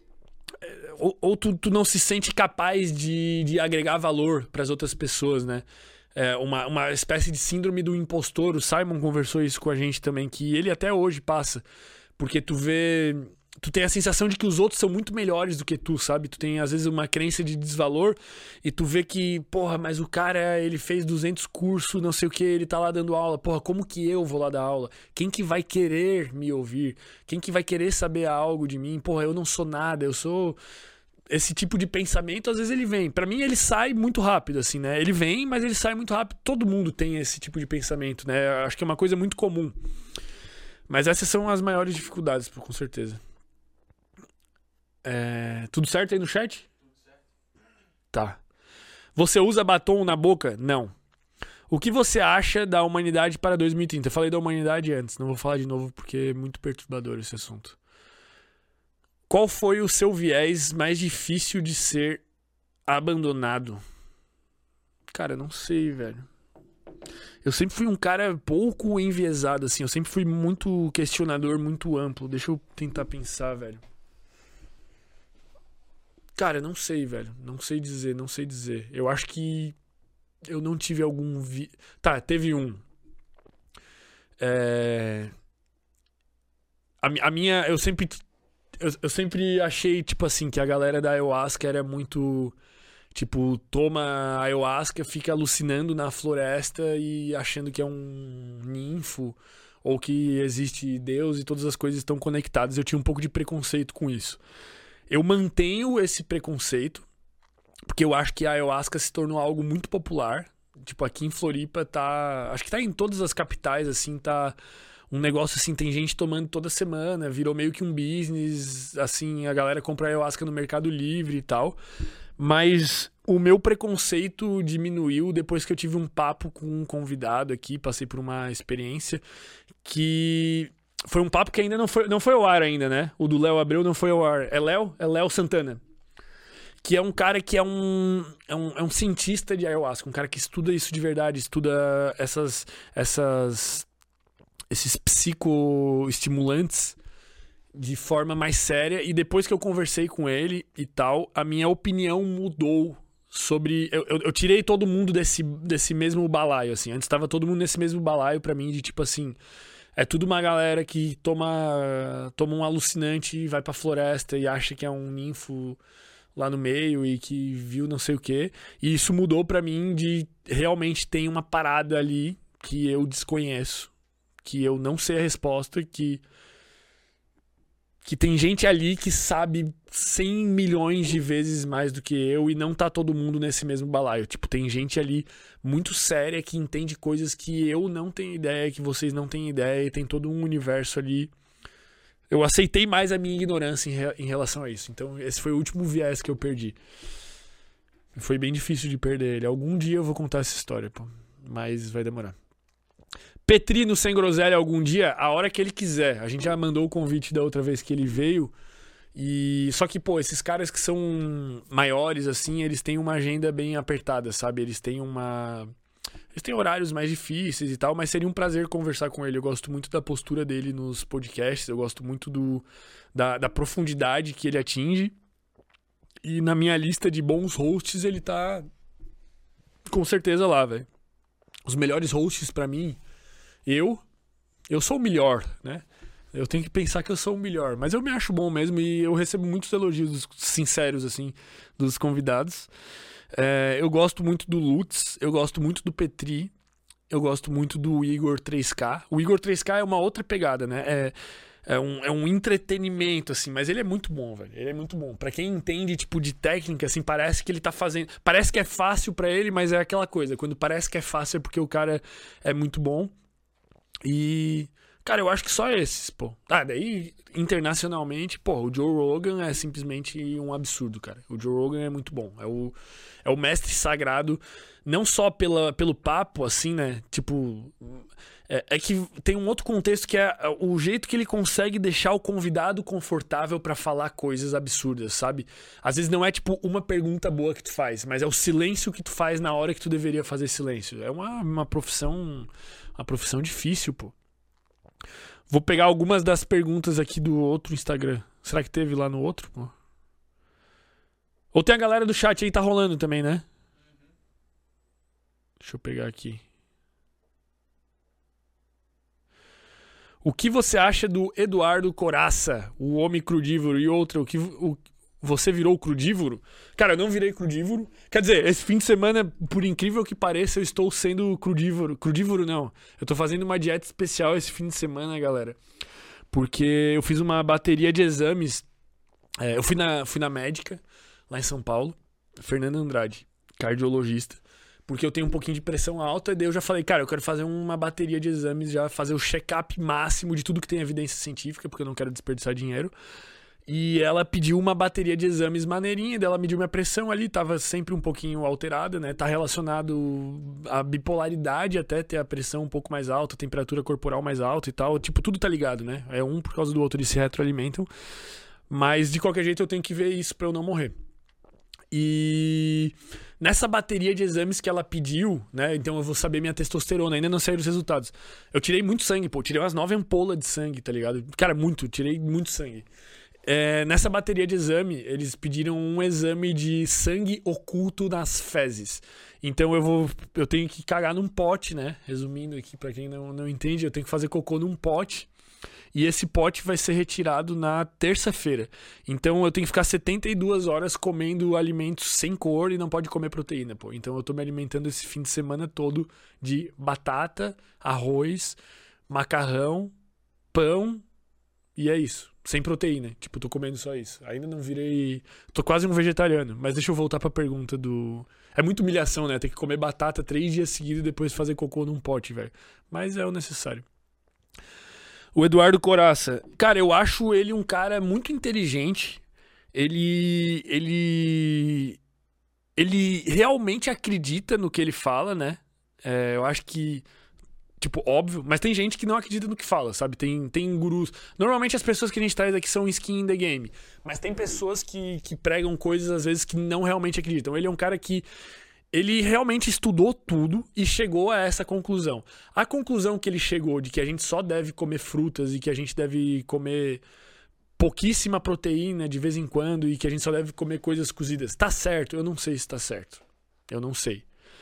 Ou, ou tu, tu não se sente capaz de, de agregar valor pras outras pessoas, né? É uma, uma espécie de síndrome do impostor. O Simon conversou isso com a gente também, que ele até hoje passa. Porque tu vê... Tu tem a sensação de que os outros são muito melhores do que tu, sabe? Tu tem, às vezes, uma crença de desvalor e tu vê que, porra, mas o cara, ele fez duzentos cursos, não sei o que, ele tá lá dando aula. Porra, como que eu vou lá dar aula? Quem que vai querer me ouvir? Quem que vai querer saber algo de mim? Porra, eu não sou nada, eu sou... Esse tipo de pensamento, às vezes, ele vem. Pra mim, ele sai muito rápido, assim, né? Ele vem, mas ele sai muito rápido. Todo mundo tem esse tipo de pensamento, né? Acho que é uma coisa muito comum. Mas essas são as maiores dificuldades, com certeza. É... Tudo certo aí no chat? Tudo certo. Tá. Você usa batom na boca? Não. O que você acha da humanidade para dois mil e trinta? Eu falei da humanidade antes, não vou falar de novo porque é muito perturbador esse assunto. Qual foi o seu viés mais difícil de ser abandonado? Cara, não sei, velho. Eu sempre fui um cara pouco enviesado, assim. Eu sempre fui muito questionador, muito amplo. Deixa eu tentar pensar, velho. Cara, não sei, velho. Não sei dizer, não sei dizer. Eu acho que eu não tive algum... Vi... Tá, teve um. É... A, a minha... Eu sempre... Eu, eu sempre achei, tipo assim, que a galera da ayahuasca era muito... Tipo, toma ayahuasca, fica alucinando na floresta e achando que é um ninfo ou que existe Deus e todas as coisas estão conectadas. Eu tinha um pouco de preconceito com isso. Eu mantenho esse preconceito porque eu acho que a ayahuasca se tornou algo muito popular. Tipo, aqui em Floripa tá... Acho que tá em todas as capitais, assim, tá... Um negócio assim, tem gente tomando toda semana, virou meio que um business, assim, a galera compra ayahuasca no Mercado Livre e tal. Mas o meu preconceito diminuiu depois que eu tive um papo com um convidado aqui, passei por uma experiência que... Foi um papo que ainda não foi, não foi ao ar ainda, né? O do Léo Abreu não foi ao ar. É Léo? É Léo Santana. Que é um cara que é um, é um, é um cientista de ayahuasca, um cara que estuda isso de verdade, estuda essas... essas esses psicoestimulantes de forma mais séria. E depois que eu conversei com ele e tal, a minha opinião mudou sobre... Eu, eu, eu tirei todo mundo desse, desse mesmo balaio, assim. Antes tava todo mundo nesse mesmo balaio pra mim, de tipo assim... É tudo uma galera que toma, toma um alucinante e vai pra floresta e acha que é um ninfo lá no meio e que viu não sei o quê. E isso mudou pra mim de... Realmente tem uma parada ali que eu desconheço, que eu não sei a resposta, que que tem gente ali que sabe cem milhões de vezes mais do que eu e não tá todo mundo nesse mesmo balaio. Tipo, tem gente ali muito séria que entende coisas que eu não tenho ideia, que vocês não têm ideia, e tem todo um universo ali. Eu aceitei mais a minha ignorância em, re- em relação a isso. Então, esse foi o último viés que eu perdi. Foi bem difícil de perder ele. Algum dia eu vou contar essa história, pô. Mas vai demorar. Petri no Sem Groselha algum dia, a hora que ele quiser. A gente já mandou o convite da outra vez que ele veio. E só que, pô, esses caras que são maiores, assim, eles têm uma agenda bem apertada, sabe? Eles têm uma... Eles têm horários mais difíceis e tal, mas seria um prazer conversar com ele. Eu gosto muito da postura dele nos podcasts, eu gosto muito do, da, da profundidade que ele atinge. E na minha lista de bons hosts, ele tá com certeza lá, velho. Os melhores hosts pra mim... Eu, eu sou o melhor, né? Eu tenho que pensar que eu sou o melhor. Mas eu me acho bom mesmo e eu recebo muitos elogios sinceros, assim, dos convidados. É, eu gosto muito do Lutz, eu gosto muito do Petri, eu gosto muito do Igor três K. O Igor três K é uma outra pegada, né? É, é, um, é um entretenimento, assim, mas ele é muito bom, velho. Ele é muito bom. Pra quem entende, tipo, de técnica, assim, parece que ele tá fazendo... Parece que é fácil pra ele, mas é aquela coisa. Quando parece que é fácil é porque o cara é muito bom. E, cara, eu acho que só esses, pô. Ah, daí, internacionalmente, pô, o Joe Rogan é simplesmente um absurdo, cara. O Joe Rogan é muito bom. É o, é o mestre sagrado, não só pela, pelo papo, assim, né? Tipo, é, é que tem um outro contexto que é o jeito que ele consegue deixar o convidado confortável pra falar coisas absurdas, sabe? Às vezes não é, tipo, uma pergunta boa que tu faz, mas é o silêncio que tu faz na hora que tu deveria fazer silêncio. É uma, uma profissão... Uma profissão difícil, pô. Vou pegar algumas das perguntas aqui do outro Instagram. Será que teve lá no outro, pô? Ou tem a galera do chat aí, tá rolando também, né? Deixa eu pegar aqui. O que você acha do Eduardo Coraça, o homem crudívoro? E outra, o que... O, você virou crudívoro? Cara, eu não virei crudívoro. Quer dizer, esse fim de semana, por incrível que pareça, eu estou sendo crudívoro. Crudívoro não. Eu tô fazendo uma dieta especial esse fim de semana, galera. Porque eu fiz uma bateria de exames. É, eu fui na, fui na médica, lá em São Paulo. Fernanda Andrade, cardiologista. Porque eu tenho um pouquinho de pressão alta. E daí eu já falei, cara, eu quero fazer uma bateria de exames. Já fazer o check-up máximo de tudo que tem evidência científica. Porque eu não quero desperdiçar dinheiro. E ela pediu uma bateria de exames maneirinha, daí ela mediu minha pressão ali, tava sempre um pouquinho alterada, né? Tá relacionado à bipolaridade, até ter a pressão um pouco mais alta, a temperatura corporal mais alta e tal. Tipo, tudo tá ligado, né? É um por causa do outro, eles se retroalimentam. Mas, de qualquer jeito, eu tenho que ver isso pra eu não morrer. E nessa bateria de exames que ela pediu, né? Então eu vou saber minha testosterona, ainda não saíram os resultados. Eu tirei muito sangue, pô. Tirei umas nove ampolas de sangue, tá ligado? Cara, muito, tirei muito sangue. É, nessa bateria de exame, eles pediram um exame de sangue oculto nas fezes. Então eu vou, eu tenho que cagar num pote, né? Resumindo aqui, pra quem não, não entende, eu tenho que fazer cocô num pote. E esse pote vai ser retirado na terça-feira. Então eu tenho que ficar setenta e duas horas comendo alimentos sem cor e não pode comer proteína, pô. Então eu tô me alimentando esse fim de semana todo de batata, arroz, macarrão, pão e é isso. Sem proteína. Tipo, tô comendo só isso. Ainda não virei... Tô quase um vegetariano. Mas deixa eu voltar pra pergunta do... É muita humilhação, né? Ter que comer batata três dias seguidos e depois fazer cocô num pote, velho. Mas é o necessário. O Eduardo Coraça. Cara, eu acho ele um cara muito inteligente. Ele... Ele... Ele realmente acredita no que ele fala, né? É, eu acho que... Tipo, óbvio, mas tem gente que não acredita no que fala, sabe? Tem, tem gurus. Normalmente as pessoas que a gente traz aqui são skin in the game. Mas tem pessoas que, que pregam coisas, às vezes, que não realmente acreditam. Ele é um cara que... Ele realmente estudou tudo e chegou a essa conclusão. A conclusão que ele chegou de que a gente só deve comer frutas e que a gente deve comer pouquíssima proteína de vez em quando e que a gente só deve comer coisas cozidas. Tá certo? Eu não sei se tá certo. Eu não sei.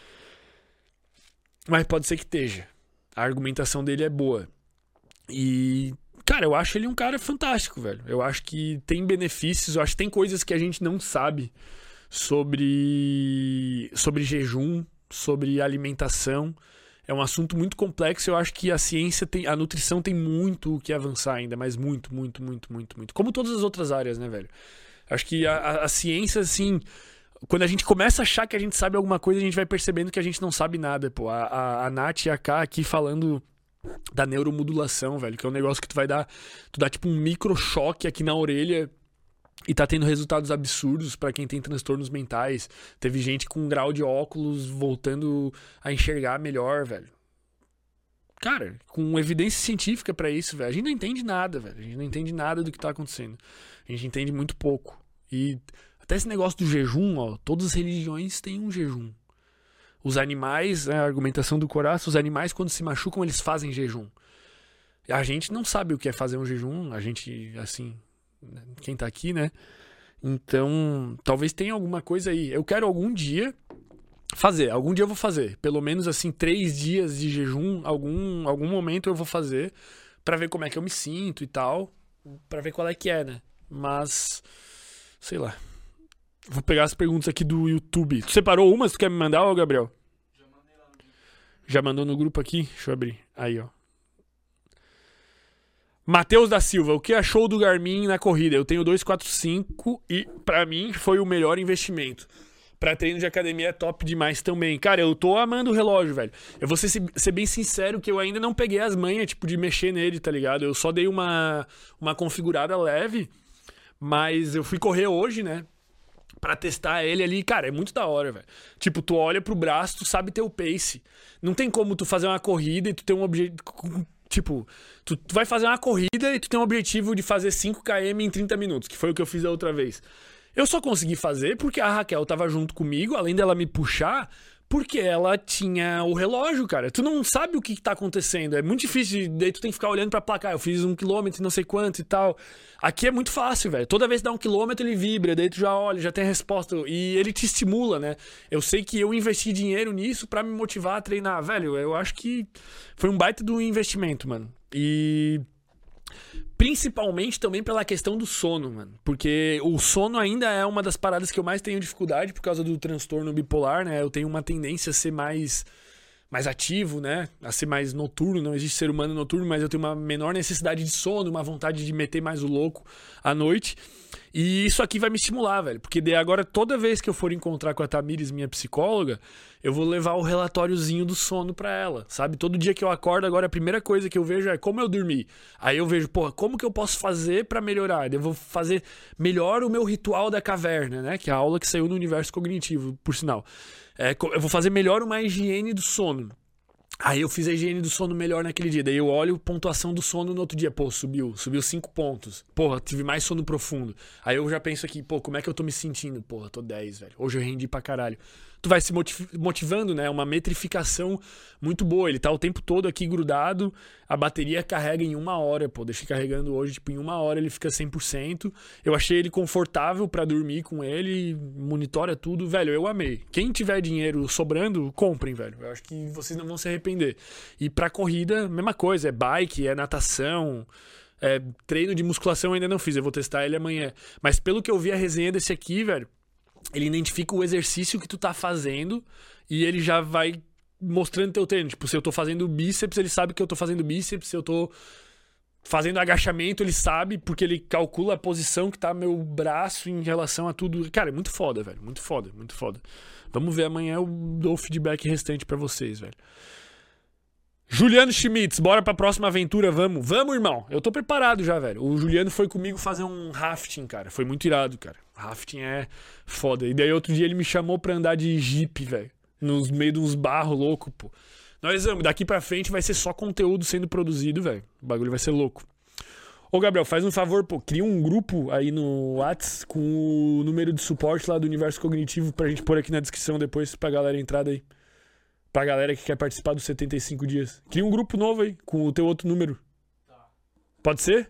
Mas pode ser que esteja. A argumentação dele é boa. E, cara, eu acho ele um cara fantástico, velho. Eu acho que tem benefícios, eu acho que tem coisas que a gente não sabe sobre, sobre jejum, sobre alimentação. é um assunto muito complexo. Eu acho que a ciência tem, a nutrição tem muito o que avançar ainda, mas muito, muito, muito, muito, muito. Como todas as outras áreas, né, velho? Acho que a, a, a ciência, assim, quando a gente começa a achar que a gente sabe alguma coisa, a gente vai percebendo que a gente não sabe nada, pô. A, a, a Nath e a K aqui falando da neuromodulação, velho, que é um negócio que tu vai dar, tu dá tipo um microchoque aqui na orelha e tá tendo resultados absurdos pra quem tem transtornos mentais. Teve gente com um grau de óculos voltando a enxergar melhor, velho. Cara, com evidência científica pra isso, velho. A gente não entende nada, velho. A gente não entende nada do que tá acontecendo. A gente entende muito pouco. E até esse negócio do jejum, ó, todas as religiões têm um jejum. Os animais, a argumentação do Coraço, os animais quando se machucam, eles fazem jejum. A gente não sabe o que é fazer um jejum, a gente, assim, quem tá aqui, né? Então, talvez tenha alguma coisa aí. Eu quero algum dia fazer, algum dia eu vou fazer. Pelo menos, assim, três dias de jejum, algum, algum momento eu vou fazer pra ver como é que eu me sinto e tal, pra ver qual é que é, né? Mas, sei lá. Vou pegar as perguntas aqui do YouTube. Tu separou umas? Tu quer me mandar, ô Gabriel? Já mandei lá no grupo. Já mandou no grupo aqui? Deixa eu abrir. Aí, ó. Matheus da Silva, o que achou do Garmin na corrida? Eu tenho duzentos e quarenta e cinco e pra mim foi o melhor investimento. Pra treino de academia é top demais também. Cara, eu tô amando o relógio, velho. Eu vou ser, ser bem sincero que eu ainda não peguei as manhas, tipo, de mexer nele, tá ligado? Eu só dei uma, uma configurada leve, mas eu fui correr hoje, né? Pra testar ele ali, cara, é muito da hora, velho. Tipo, tu olha pro braço, tu sabe ter o pace. Não tem como tu fazer uma corrida e tu ter um objetivo... Tipo, tu, tu vai fazer uma corrida e tu tem um objetivo de fazer cinco quilômetros em trinta minutos, que foi o que eu fiz a outra vez. Eu só consegui fazer porque a Raquel tava junto comigo, além dela me puxar, porque ela tinha o relógio, cara. Tu não sabe o que, que tá acontecendo. É muito difícil, daí tu tem que ficar olhando pra placar. Eu fiz um quilômetro e não sei quanto e tal. Aqui é muito fácil, velho. Toda vez que dá um quilômetro ele vibra, daí tu já olha, já tem a resposta. E ele te estimula, né? Eu sei que eu investi dinheiro nisso pra me motivar a treinar. Velho, eu acho que foi um baita do investimento, mano. E... principalmente também pela questão do sono, mano. Porque o sono ainda é uma das paradas que eu mais tenho dificuldade por causa do transtorno bipolar, né? Eu tenho uma tendência a ser mais, mais ativo, né? A ser mais noturno. Não existe ser humano noturno, mas eu tenho uma menor necessidade de sono, uma vontade de meter mais o louco à noite. E isso aqui vai me estimular, velho. Porque de agora, toda vez que eu for encontrar com a Tamires, minha psicóloga, eu vou levar o relatóriozinho do sono pra ela, sabe? Todo dia que eu acordo, agora a primeira coisa que eu vejo é como eu dormi. Aí eu vejo, porra, como que eu posso fazer pra melhorar? Eu vou fazer melhor o meu ritual da caverna, né? Que é a aula que saiu no Universo Cognitivo, por sinal. É, eu vou fazer melhor uma higiene do sono. Aí eu fiz a higiene do sono melhor naquele dia. Daí eu olho pontuação do sono no outro dia. Pô, subiu. Subiu cinco pontos. Porra, tive mais sono profundo. Aí eu já penso aqui, pô, como é que eu tô me sentindo? Porra, tô dez, velho. Hoje eu rendi pra caralho. Tu vai se motivando, né? Uma metrificação muito boa. Ele tá o tempo todo aqui grudado. A bateria carrega em uma hora, pô. Deixei carregando hoje, tipo, em uma hora ele fica cem por cento. Eu achei ele confortável pra dormir com ele. Monitora tudo. Velho, eu amei. Quem tiver dinheiro sobrando, comprem, velho. Eu acho que vocês não vão se arrepender. E pra corrida, mesma coisa. É bike, é natação... É, treino de musculação eu ainda não fiz, eu vou testar ele amanhã. Mas pelo que eu vi a resenha desse aqui, velho, ele identifica o exercício que tu tá fazendo e ele já vai mostrando teu treino. Tipo, se eu tô fazendo bíceps, ele sabe que eu tô fazendo bíceps. Se eu tô fazendo agachamento, ele sabe, porque ele calcula a posição que tá meu braço em relação a tudo. Cara, é muito foda, velho. Muito foda, muito foda. Vamos ver amanhã, eu dou o feedback restante pra vocês, velho. Juliano Schmitz, bora pra próxima aventura, vamos. Vamos, irmão. Eu tô preparado já, velho. O Juliano foi comigo fazer um rafting, cara. Foi muito irado, cara. Rafting é foda. E daí outro dia ele me chamou pra andar de jeep, velho. Nos meio de uns barros loucos, pô. Nós vamos. Daqui pra frente vai ser só conteúdo sendo produzido, velho. O bagulho vai ser louco. Ô, Gabriel, faz um favor, pô. Cria um grupo aí no WhatsApp com o número de suporte lá do Universo Cognitivo pra gente pôr aqui na descrição depois pra galera entrar daí. Pra galera que quer participar dos setenta e cinco dias. Cria um grupo novo aí, com o teu outro número. Tá. Pode ser?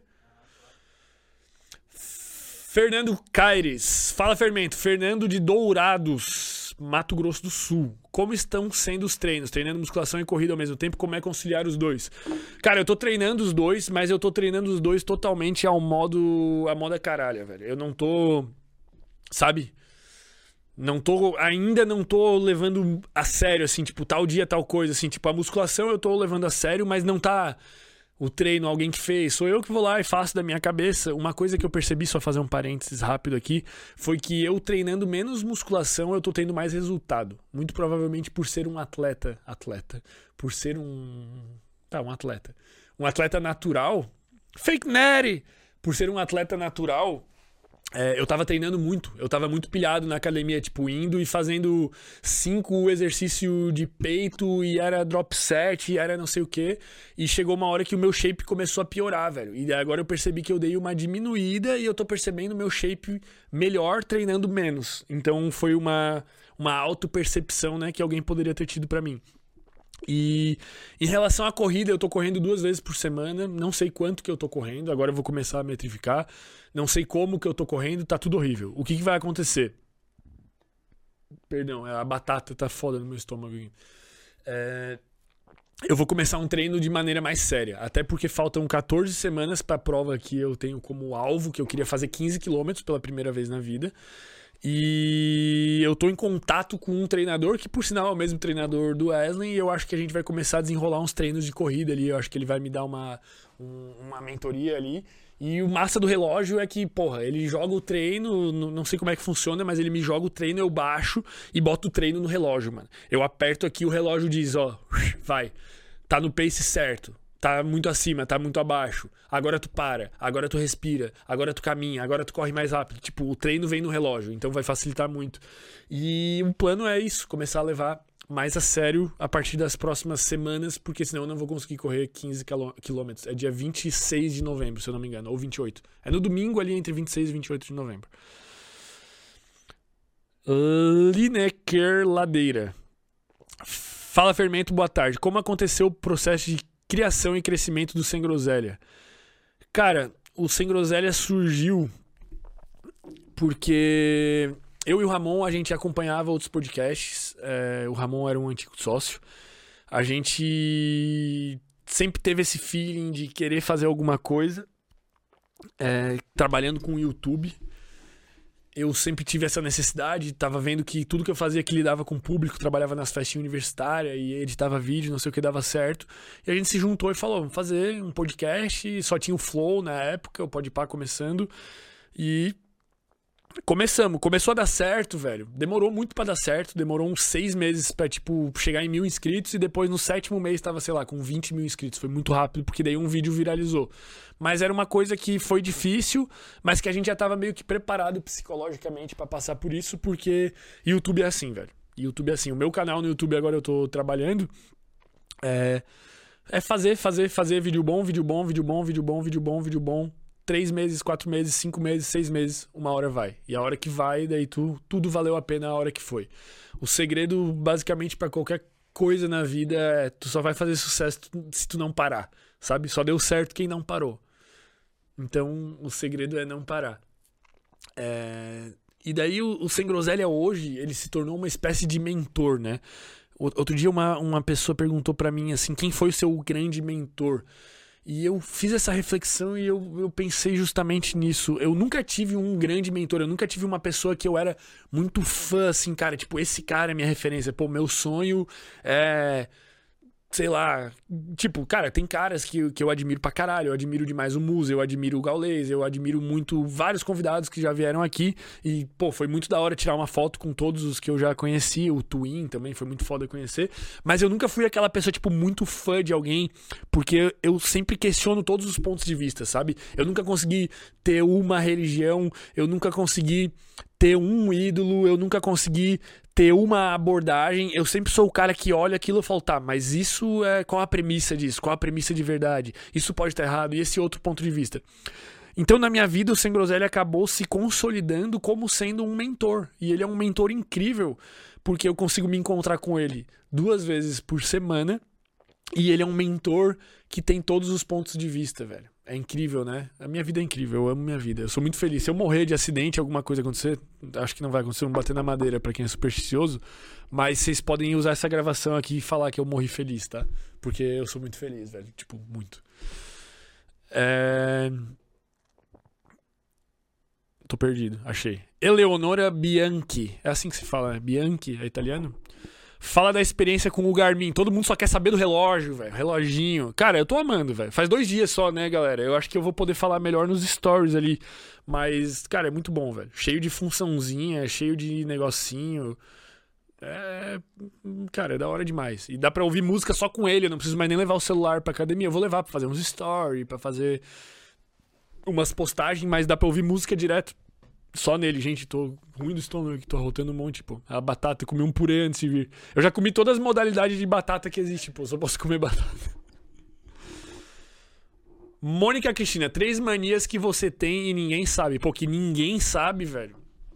Ah, Fernando Caires. Fala, Fermento. Fernando de Dourados, Mato Grosso do Sul. Como estão sendo os treinos? Treinando musculação e corrida ao mesmo tempo? Como é conciliar os dois? Cara, eu tô treinando os dois, mas eu tô treinando os dois totalmente ao modo... a moda caralho, velho. Eu não tô... Sabe... Não tô, ainda não tô levando a sério, assim, tipo, tal dia, tal coisa, assim, tipo, a musculação eu tô levando a sério, mas não tá o treino, alguém que fez, sou eu que vou lá e faço da minha cabeça. Uma coisa que eu percebi, só fazer um parênteses rápido aqui, foi que eu treinando menos musculação, eu tô tendo mais resultado. Muito provavelmente por ser um atleta, atleta, por ser um, tá, um atleta. Um atleta natural, fake nerd, por ser um atleta natural, É, eu tava treinando muito, eu tava muito pilhado na academia, tipo, indo e fazendo cinco exercícios de peito e era drop set e era não sei o que. E chegou uma hora que o meu shape começou a piorar, velho. E agora eu percebi que eu dei uma diminuída e eu tô percebendo o meu shape melhor treinando menos. Então foi uma, uma auto-percepção, né, que alguém poderia ter tido pra mim. E em relação à corrida, eu tô correndo duas vezes por semana. Não sei quanto que eu tô correndo. Agora eu vou começar a metrificar. Não sei como que eu tô correndo. Tá tudo horrível. O que, que vai acontecer? Perdão, a batata tá foda no meu estômago aqui. É... Eu vou começar um treino de maneira mais séria. Até porque faltam quatorze semanas pra prova que eu tenho como alvo, que eu queria fazer quinze quilômetros pela primeira vez na vida. E eu tô em contato com um treinador que, por sinal, é o mesmo treinador do Wesley, e eu acho que a gente vai começar a desenrolar uns treinos de corrida ali. Eu acho que ele vai me dar uma, um, uma mentoria ali. E o massa do relógio é que, porra, ele joga o treino, não sei como é que funciona, mas ele me joga o treino, eu baixo e boto o treino no relógio, mano. Eu aperto aqui, o relógio diz, ó, vai, tá no pace certo. Tá muito acima, tá muito abaixo. Agora tu para, agora tu respira, agora tu caminha, agora tu corre mais rápido. Tipo, o treino vem no relógio, então vai facilitar muito. E o plano é isso, começar a levar mais a sério a partir das próximas semanas, porque senão eu não vou conseguir correr quinze quilômetros. É dia vinte e seis de novembro, se eu não me engano, ou vinte e oito. É no domingo ali entre vinte e seis e vinte e oito de novembro. Lineker Ladeira. Fala, Fermento, boa tarde. Como aconteceu o processo de criação e crescimento do Sem Groselha? Cara, o Sem Groselha surgiu porque eu e o Ramon, a gente acompanhava outros podcasts. É, o Ramon era um antigo sócio. A gente sempre teve esse feeling de querer fazer alguma coisa, é, trabalhando com o YouTube. Eu sempre tive essa necessidade, tava vendo que tudo que eu fazia que lidava com o público, trabalhava nas festinhas universitárias e editava vídeo, não sei o que, dava certo. E a gente se juntou e falou, vamos fazer um podcast, só tinha o Flow na época, o Podpah começando, e começamos. Começou a dar certo, velho. Demorou muito pra dar certo, demorou uns seis meses pra, tipo, chegar em mil inscritos e depois no sétimo mês tava, sei lá, com vinte mil inscritos. Foi muito rápido, porque daí um vídeo viralizou. Mas era uma coisa que foi difícil, mas que a gente já tava meio que preparado psicologicamente pra passar por isso, porque YouTube é assim, velho. YouTube é assim. O meu canal no YouTube agora eu tô trabalhando. É, é fazer, fazer, fazer vídeo bom, vídeo bom, vídeo bom, vídeo bom, vídeo bom, vídeo bom. Três meses, quatro meses, cinco meses, seis meses, uma hora vai. E a hora que vai, daí tu, tudo valeu a pena a hora que foi. O segredo, basicamente, pra qualquer coisa na vida é tu só vai fazer sucesso se tu não parar, sabe? Só deu certo quem não parou. Então, o segredo é não parar. É... E daí, o, o Sem Groselha hoje, ele se tornou uma espécie de mentor, né? Outro dia, uma, uma pessoa perguntou pra mim, assim, quem foi o seu grande mentor? E eu fiz essa reflexão e eu, eu pensei justamente nisso. Eu nunca tive um grande mentor, eu nunca tive uma pessoa que eu era muito fã, assim, cara. Tipo, esse cara é minha referência. Pô, meu sonho é... Sei lá, tipo, cara, tem caras que, que eu admiro pra caralho. Eu admiro demais o Musa, eu admiro o Gaules, eu admiro muito vários convidados que já vieram aqui. E, pô, foi muito da hora tirar uma foto com todos os que eu já conheci. O Twin também foi muito foda conhecer. Mas eu nunca fui aquela pessoa, tipo, muito fã de alguém, porque eu sempre questiono todos os pontos de vista, sabe? Eu nunca consegui ter uma religião, eu nunca consegui ter um ídolo, eu nunca consegui ter uma abordagem. Eu sempre sou o cara que olha aquilo e fala, tá, mas isso é... Qual a premissa disso? Qual a premissa de verdade? Isso pode estar errado, e esse outro ponto de vista. Então, na minha vida, o Sem Groselha acabou se consolidando como sendo um mentor. E ele é um mentor incrível, porque eu consigo me encontrar com ele duas vezes por semana. E ele é um mentor que tem todos os pontos de vista, velho. É incrível, né? A minha vida é incrível, eu amo minha vida. Eu sou muito feliz. Se eu morrer de acidente, alguma coisa acontecer, acho que não vai acontecer, não bater na madeira pra quem é supersticioso, mas vocês podem usar essa gravação aqui e falar que eu morri feliz, tá? Porque eu sou muito feliz, velho. Tipo, muito. É... Tô perdido, achei. Eleonora Bianchi. É assim que se fala, né? Bianchi, é italiano? Fala da experiência com o Garmin. Todo mundo só quer saber do relógio, velho. Reloginho. Cara, eu tô amando, velho. Faz dois dias só, né, galera? Eu acho que eu vou poder falar melhor nos stories ali. Mas, cara, é muito bom, velho. Cheio de funçãozinha, cheio de negocinho. É... Cara, é da hora demais. E dá pra ouvir música só com ele. Eu não preciso mais nem levar o celular pra academia. Eu vou levar pra fazer uns stories, pra fazer umas postagens, mas dá pra ouvir música direto. Só nele, gente, tô ruim do estômago aqui, tô rotando um monte, pô. A batata, eu comi um purê antes de vir. Eu já comi todas as modalidades de batata que existe, pô. Só posso comer batata. Mônica Cristina, três manias que você tem e ninguém sabe. Pô, que ninguém sabe, velho.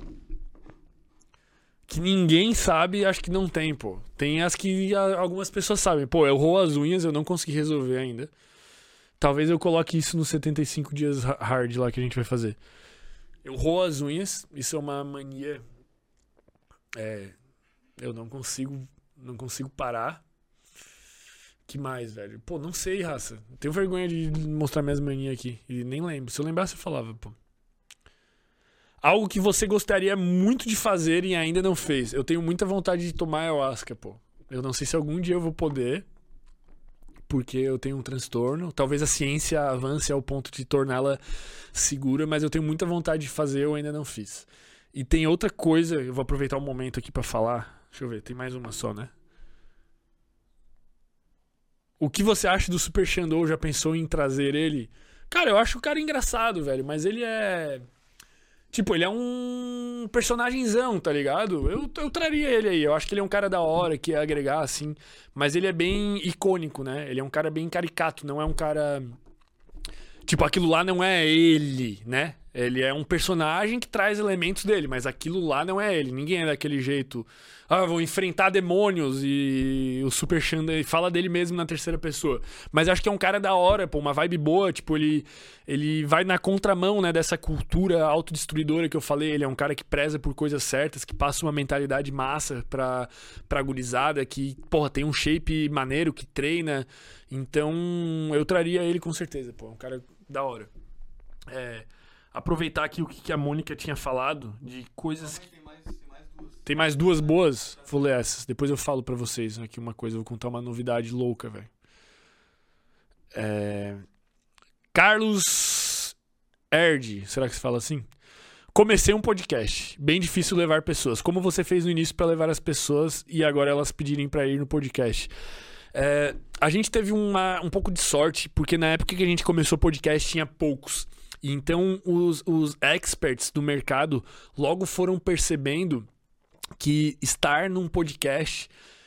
Que ninguém sabe, acho que não tem, pô. Tem as que algumas pessoas sabem. Pô, eu roo as unhas, eu não consegui resolver ainda. Talvez eu coloque isso nos setenta e cinco dias hard lá que a gente vai fazer. Eu roo as unhas, isso é uma mania. É, eu não consigo, não consigo parar. Que mais, velho? Pô, não sei, raça. Tenho vergonha de mostrar minhas manias aqui. E nem lembro. Se eu lembrasse, eu falava, pô. Algo que você gostaria muito de fazer e ainda não fez. Eu tenho muita vontade de tomar ayahuasca, pô. Eu não sei se algum dia eu vou poder, porque eu tenho um transtorno. Talvez a ciência avance ao ponto de torná-la segura, mas eu tenho muita vontade de fazer, eu ainda não fiz. E tem outra coisa, eu vou aproveitar um momento aqui pra falar. Deixa eu ver, tem mais uma só, né? O que você acha do Super Xandão? Já pensou em trazer ele? Cara, eu acho o cara engraçado, velho, mas ele é... Tipo, ele é um personagemzão, tá ligado? Eu, eu traria ele aí. Eu acho que ele é um cara da hora, que ia agregar, assim. Mas ele é bem icônico, né? Ele é um cara bem caricato, não é um cara... Tipo, aquilo lá não é ele, né? Ele é um personagem que traz elementos dele, mas aquilo lá não é ele. Ninguém é daquele jeito. Ah, vou enfrentar demônios e o Super Xandão fala dele mesmo na terceira pessoa. Mas acho que é um cara da hora, pô, uma vibe boa. Tipo, ele, ele vai na contramão, né, dessa cultura autodestruidora que eu falei. Ele é um cara que preza por coisas certas, que passa uma mentalidade massa pra, pra gurizada, que, porra, tem um shape maneiro, que treina. Então, eu traria ele com certeza, pô. É um cara da hora. É... Aproveitar aqui o que a Mônica tinha falado de coisas que... Tem mais, tem mais duas. Tem mais duas boas? Vou ler essas. Depois eu falo pra vocês aqui uma coisa. Eu vou contar uma novidade louca, velho. É... Carlos Erd. Será que se fala assim? Comecei um podcast. Bem difícil levar pessoas. Como você fez no início pra levar as pessoas e agora elas pedirem pra ir no podcast? É... A gente teve uma, um pouco de sorte, porque na época que a gente começou o podcast tinha poucos. Então, os, os experts do mercado logo foram percebendo que estar num podcast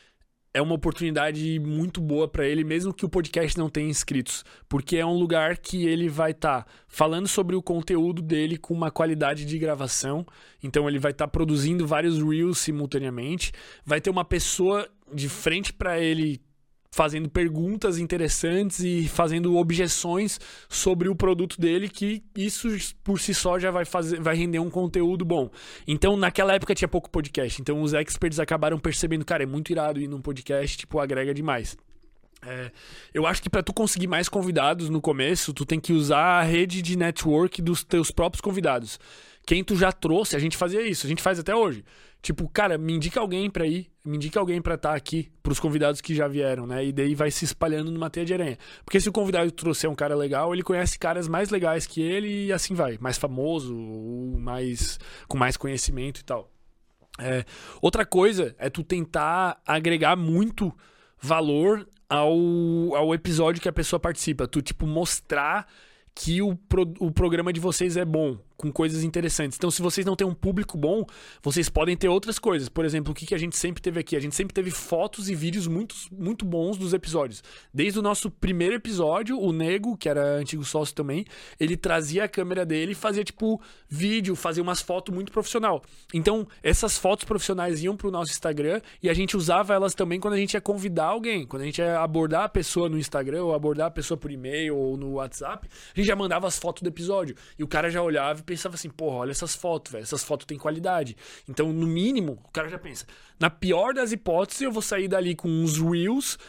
é uma oportunidade muito boa para ele, mesmo que o podcast não tenha inscritos, porque é um lugar que ele vai estar tá falando sobre o conteúdo dele com uma qualidade de gravação. Então, ele vai estar tá produzindo vários reels simultaneamente, vai ter uma pessoa de frente para ele fazendo perguntas interessantes e fazendo objeções sobre o produto dele, que isso por si só já vai, fazer, vai render um conteúdo bom. Então, naquela época tinha pouco podcast, então os experts acabaram percebendo, cara, é muito irado ir num podcast, tipo, agrega demais. É, eu acho que para tu conseguir mais convidados no começo, tu tem que usar a rede de network dos teus próprios convidados. Quem tu já trouxe, a gente fazia isso, a gente faz até hoje. Tipo, cara, me indica alguém pra ir, me indica alguém pra estar aqui, pros convidados que já vieram, né? E daí vai se espalhando numa teia de aranha. Porque se o convidado trouxer um cara legal, ele conhece caras mais legais que ele e assim vai. Mais famoso, mais, com mais conhecimento e tal. É, outra coisa é tu tentar agregar muito valor ao, ao episódio que a pessoa participa. Tu, tipo, mostrar que o, pro, o programa de vocês é bom, com coisas interessantes. Então, se vocês não têm um público bom, vocês podem ter outras coisas. Por exemplo, o que, que a gente sempre teve aqui? A gente sempre teve fotos e vídeos muito, muito bons dos episódios. Desde o nosso primeiro episódio, o Nego, que era antigo sócio também, ele trazia a câmera dele e fazia, tipo, vídeo, fazia umas fotos muito profissional. Então, essas fotos profissionais iam pro nosso Instagram e a gente usava elas também quando a gente ia convidar alguém. Quando a gente ia abordar a pessoa no Instagram ou abordar a pessoa por e-mail ou no WhatsApp, a gente já mandava as fotos do episódio. E o cara já olhava e pensava assim, porra, olha essas fotos, velho, essas fotos têm qualidade. Então, no mínimo, o cara já pensa, na pior das hipóteses, eu vou sair dali com uns reels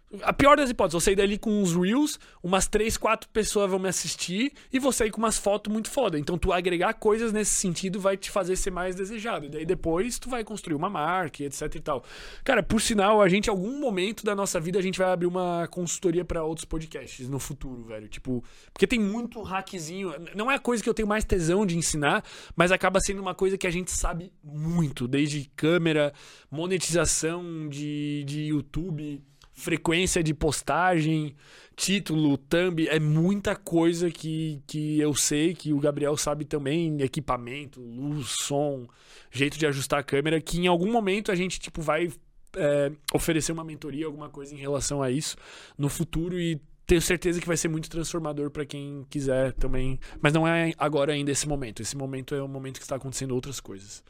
A pior das hipóteses, eu sair dali com uns reels, umas três, quatro pessoas vão me assistir e vou sair com umas fotos muito foda. Então tu agregar coisas nesse sentido vai te fazer ser mais desejado. E daí depois tu vai construir uma marca, etc e tal. Cara, por sinal, a gente, em algum momento da nossa vida, a gente vai abrir uma consultoria pra outros podcasts no futuro, velho. Tipo, porque tem muito hackzinho. Não é a coisa que eu tenho mais tesão de ensinar, mas acaba sendo uma coisa que a gente sabe muito. Desde câmera, monetização de, de YouTube, frequência de postagem, título, thumb, é muita coisa que, que eu sei, que o Gabriel sabe também, equipamento, luz, som, jeito de ajustar a câmera, que em algum momento a gente tipo, vai é, oferecer uma mentoria, alguma coisa em relação a isso no futuro e tenho certeza que vai ser muito transformador para quem quiser também, mas não é agora ainda esse momento, esse momento é o momento que está acontecendo outras coisas.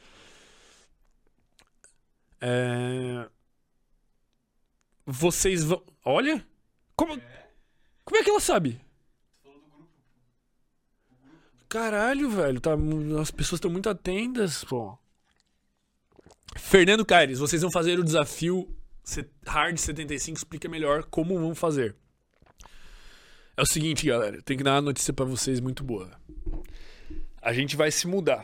É... Vocês vão... Olha? Como... É. Como é que ela sabe? Falou do grupo. grupo. Caralho, velho. Tá... As pessoas estão muito atentas, pô. Fernando Caires, vocês vão fazer o desafio Hard setenta e cinco. Explica melhor como vão fazer. É o seguinte, galera. Tenho que dar uma notícia pra vocês muito boa. A gente vai se mudar.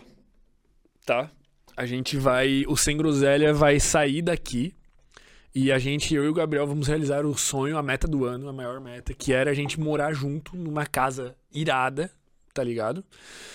Tá? A gente vai... O Sem Groselha vai sair daqui... E a gente, eu e o Gabriel, vamos realizar o sonho, a meta do ano, a maior meta, que era a gente morar junto numa casa irada, tá ligado?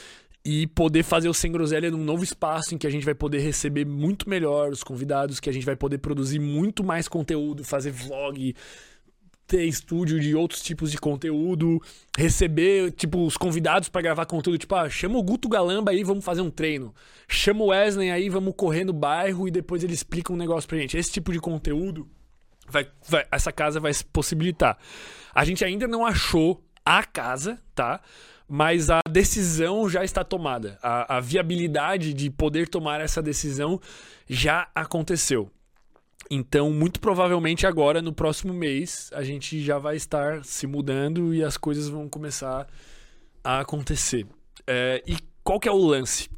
E poder fazer o Sem Groselha num novo espaço em que a gente vai poder receber muito melhor os convidados, que a gente vai poder produzir muito mais conteúdo, fazer vlog, ter estúdio de outros tipos de conteúdo, receber, tipo, os convidados pra gravar conteúdo, tipo, ah, chama o Guto Galamba aí, vamos fazer um treino. Chama o Wesley aí, vamos correr no bairro e depois ele explica um negócio pra gente. Esse tipo de conteúdo, vai, vai, essa casa vai possibilitar. A gente ainda não achou a casa, tá? Mas a decisão já está tomada. A, a viabilidade de poder tomar essa decisão já aconteceu. Então, muito provavelmente agora, no próximo mês, a gente já vai estar se mudando e as coisas vão começar a acontecer. É, e qual que é o lance?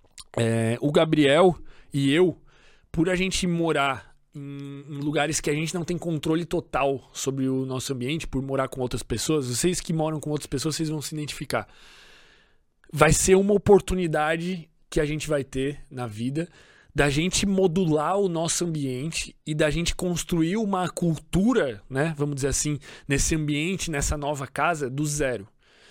É, o Gabriel e eu, por a gente morar em, em lugares que a gente não tem controle total sobre o nosso ambiente, por morar com outras pessoas, vocês que moram com outras pessoas, vocês vão se identificar. Vai ser uma oportunidade que a gente vai ter na vida da gente modular o nosso ambiente e da gente construir uma cultura, né, vamos dizer assim, nesse ambiente, nessa nova casa, do zero.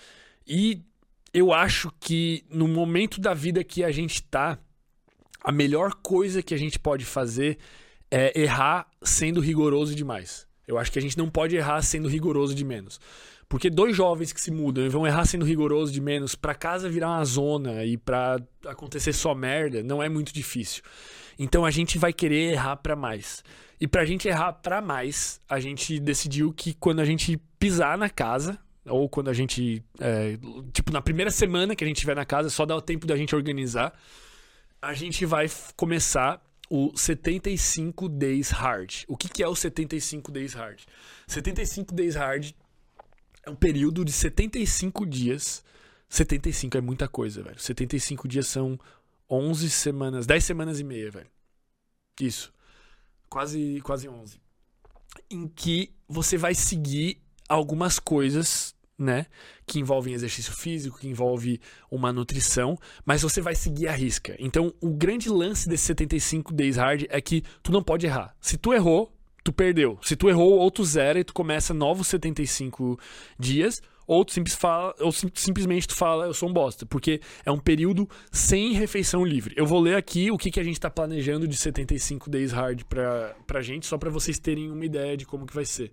E eu acho que no momento da vida que a gente tá, a melhor coisa que a gente pode fazer é errar sendo rigoroso demais. Eu acho que a gente não pode errar sendo rigoroso de menos. Porque dois jovens que se mudam e vão errar sendo rigoroso de menos, pra casa virar uma zona e pra acontecer só merda, não é muito difícil. Então a gente vai querer errar pra mais. E pra gente errar pra mais, a gente decidiu que quando a gente pisar na casa, ou quando a gente, é, tipo, na primeira semana que a gente estiver na casa, só dá o tempo da gente organizar, a gente vai f- começar o setenta e cinco Days Hard. O que, que é o setenta e cinco Days Hard? setenta e cinco Days Hard é um período de setenta e cinco dias. setenta e cinco é muita coisa, velho. setenta e cinco dias são onze semanas, dez semanas e meia, velho. Isso. Quase, quase onze. Em que você vai seguir algumas coisas, né? Que envolvem exercício físico, que envolve uma nutrição, mas você vai seguir a risca. Então, o grande lance desse setenta e cinco Days Hard é que tu não pode errar. Se tu errou, tu perdeu. Se tu errou, ou tu zera e tu começa novos setenta e cinco dias, ou tu simples fala, ou sim, simplesmente tu fala, eu sou um bosta. Porque é um período sem refeição livre. Eu vou ler aqui o que, que a gente tá planejando de setenta e cinco Days Hard pra, pra gente, só pra vocês terem uma ideia de como que vai ser.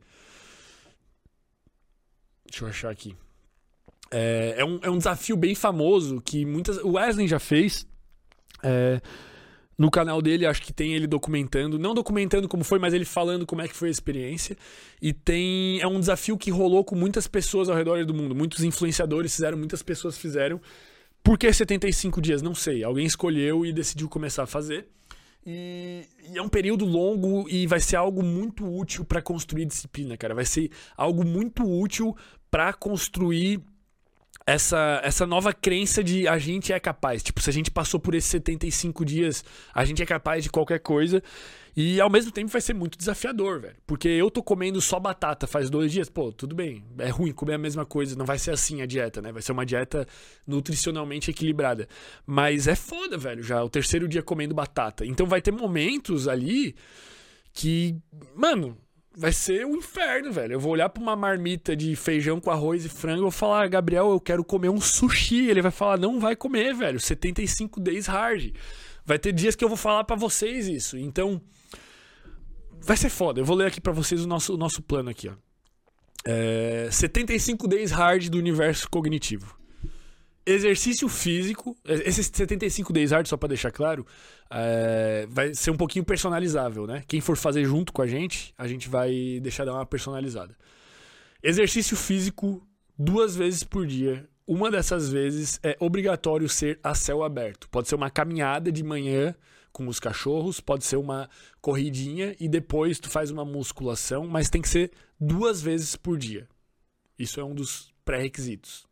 Deixa eu achar aqui. É, é, um, é um desafio bem famoso que muitas... O Wesley já fez. É... No canal dele, acho que tem ele documentando, não documentando como foi, mas ele falando como é que foi a experiência. E tem, é um desafio que rolou com muitas pessoas ao redor do mundo. Muitos influenciadores fizeram, muitas pessoas fizeram. Por que setenta e cinco dias? Não sei. Alguém escolheu e decidiu começar a fazer. E, e é um período longo e vai ser algo muito útil para construir disciplina, cara. Vai ser algo muito útil para construir essa, essa nova crença de a gente é capaz. Tipo, se a gente passou por esses setenta e cinco dias, a gente é capaz de qualquer coisa. E ao mesmo tempo vai ser muito desafiador, velho. Porque eu tô comendo só batata faz dois dias. Pô, tudo bem. É ruim comer a mesma coisa. Não vai ser assim a dieta, né? Vai ser uma dieta nutricionalmente equilibrada. Mas é foda, velho, já. O terceiro dia comendo batata. Então vai ter momentos ali que, mano, vai ser um inferno, velho. Eu vou olhar pra uma marmita de feijão com arroz e frango e vou falar, Gabriel, eu quero comer um sushi. Ele vai falar, não vai comer, velho. setenta e cinco days hard. Vai ter dias que eu vou falar pra vocês isso. Então, vai ser foda. Eu vou ler aqui pra vocês o nosso, o nosso plano aqui, ó. É, setenta e cinco days hard do universo cognitivo. Exercício físico. Esses setenta e cinco days hard, só pra deixar claro, é, vai ser um pouquinho personalizável, né? Quem for fazer junto com a gente, a gente vai deixar dar uma personalizada. Exercício físico duas vezes por dia. Uma dessas vezes é obrigatório ser a céu aberto. Pode ser uma caminhada de manhã com os cachorros, pode ser uma corridinha e depois tu faz uma musculação, mas tem que ser duas vezes por dia. Isso é um dos pré-requisitos.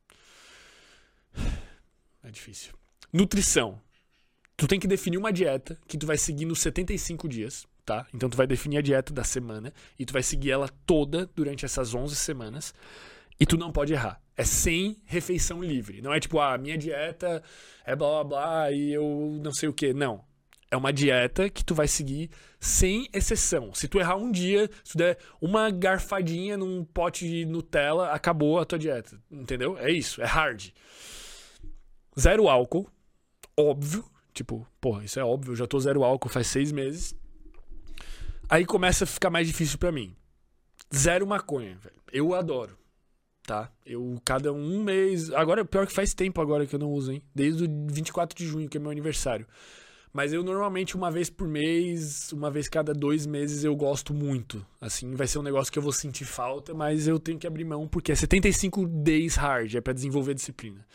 É difícil. Nutrição. Tu tem que definir uma dieta que tu vai seguir nos setenta e cinco dias, tá? Então tu vai definir a dieta da semana e tu vai seguir ela toda durante essas onze semanas e tu não pode errar. É sem refeição livre. Não é tipo, ah, minha dieta é blá blá blá e eu não sei o que. Não. É uma dieta que tu vai seguir sem exceção. Se tu errar um dia, se tu der uma garfadinha num pote de Nutella, acabou a tua dieta. Entendeu? É isso. É hard. Zero álcool. Óbvio. Tipo, porra, isso é óbvio. Eu já tô zero álcool faz seis meses. Aí começa a ficar mais difícil pra mim. Zero maconha, velho. Eu adoro. Tá? Eu, cada um mês... Agora, pior que faz tempo agora que eu não uso, hein? Desde o vinte e quatro de junho, que é meu aniversário. Mas eu normalmente, uma vez por mês, uma vez cada dois meses, eu gosto muito. Assim, vai ser um negócio que eu vou sentir falta, mas eu tenho que abrir mão, porque é setenta e cinco days hard, é pra desenvolver disciplina.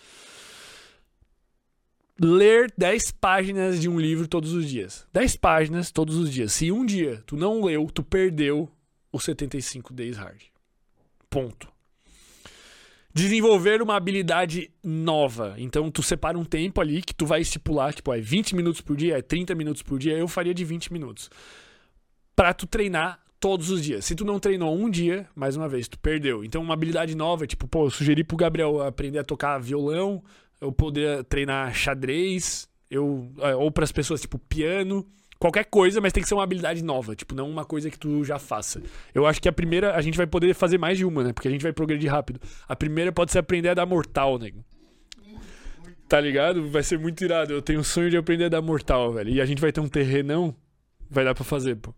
Ler dez páginas de um livro todos os dias. dez páginas todos os dias. Se um dia tu não leu, tu perdeu os setenta e cinco days hard. Ponto. Desenvolver uma habilidade nova. Então, tu separa um tempo ali que tu vai estipular, tipo, é vinte minutos por dia, é trinta minutos por dia, eu faria de vinte minutos. Pra tu treinar todos os dias. Se tu não treinou um dia, mais uma vez, tu perdeu. Então, uma habilidade nova, tipo, pô, eu sugeri pro Gabriel aprender a tocar violão, eu poder treinar xadrez, eu, ou pras pessoas, tipo, piano... Qualquer coisa, mas tem que ser uma habilidade nova. Tipo, não uma coisa que tu já faça. Eu acho que a primeira, a gente vai poder fazer mais de uma, né? Porque a gente vai progredir rápido. A primeira pode ser aprender a dar mortal, né? Tá ligado? Vai ser muito irado. Eu tenho um sonho de aprender a dar mortal, velho. E a gente vai ter um terrenão. Vai dar pra fazer, pô.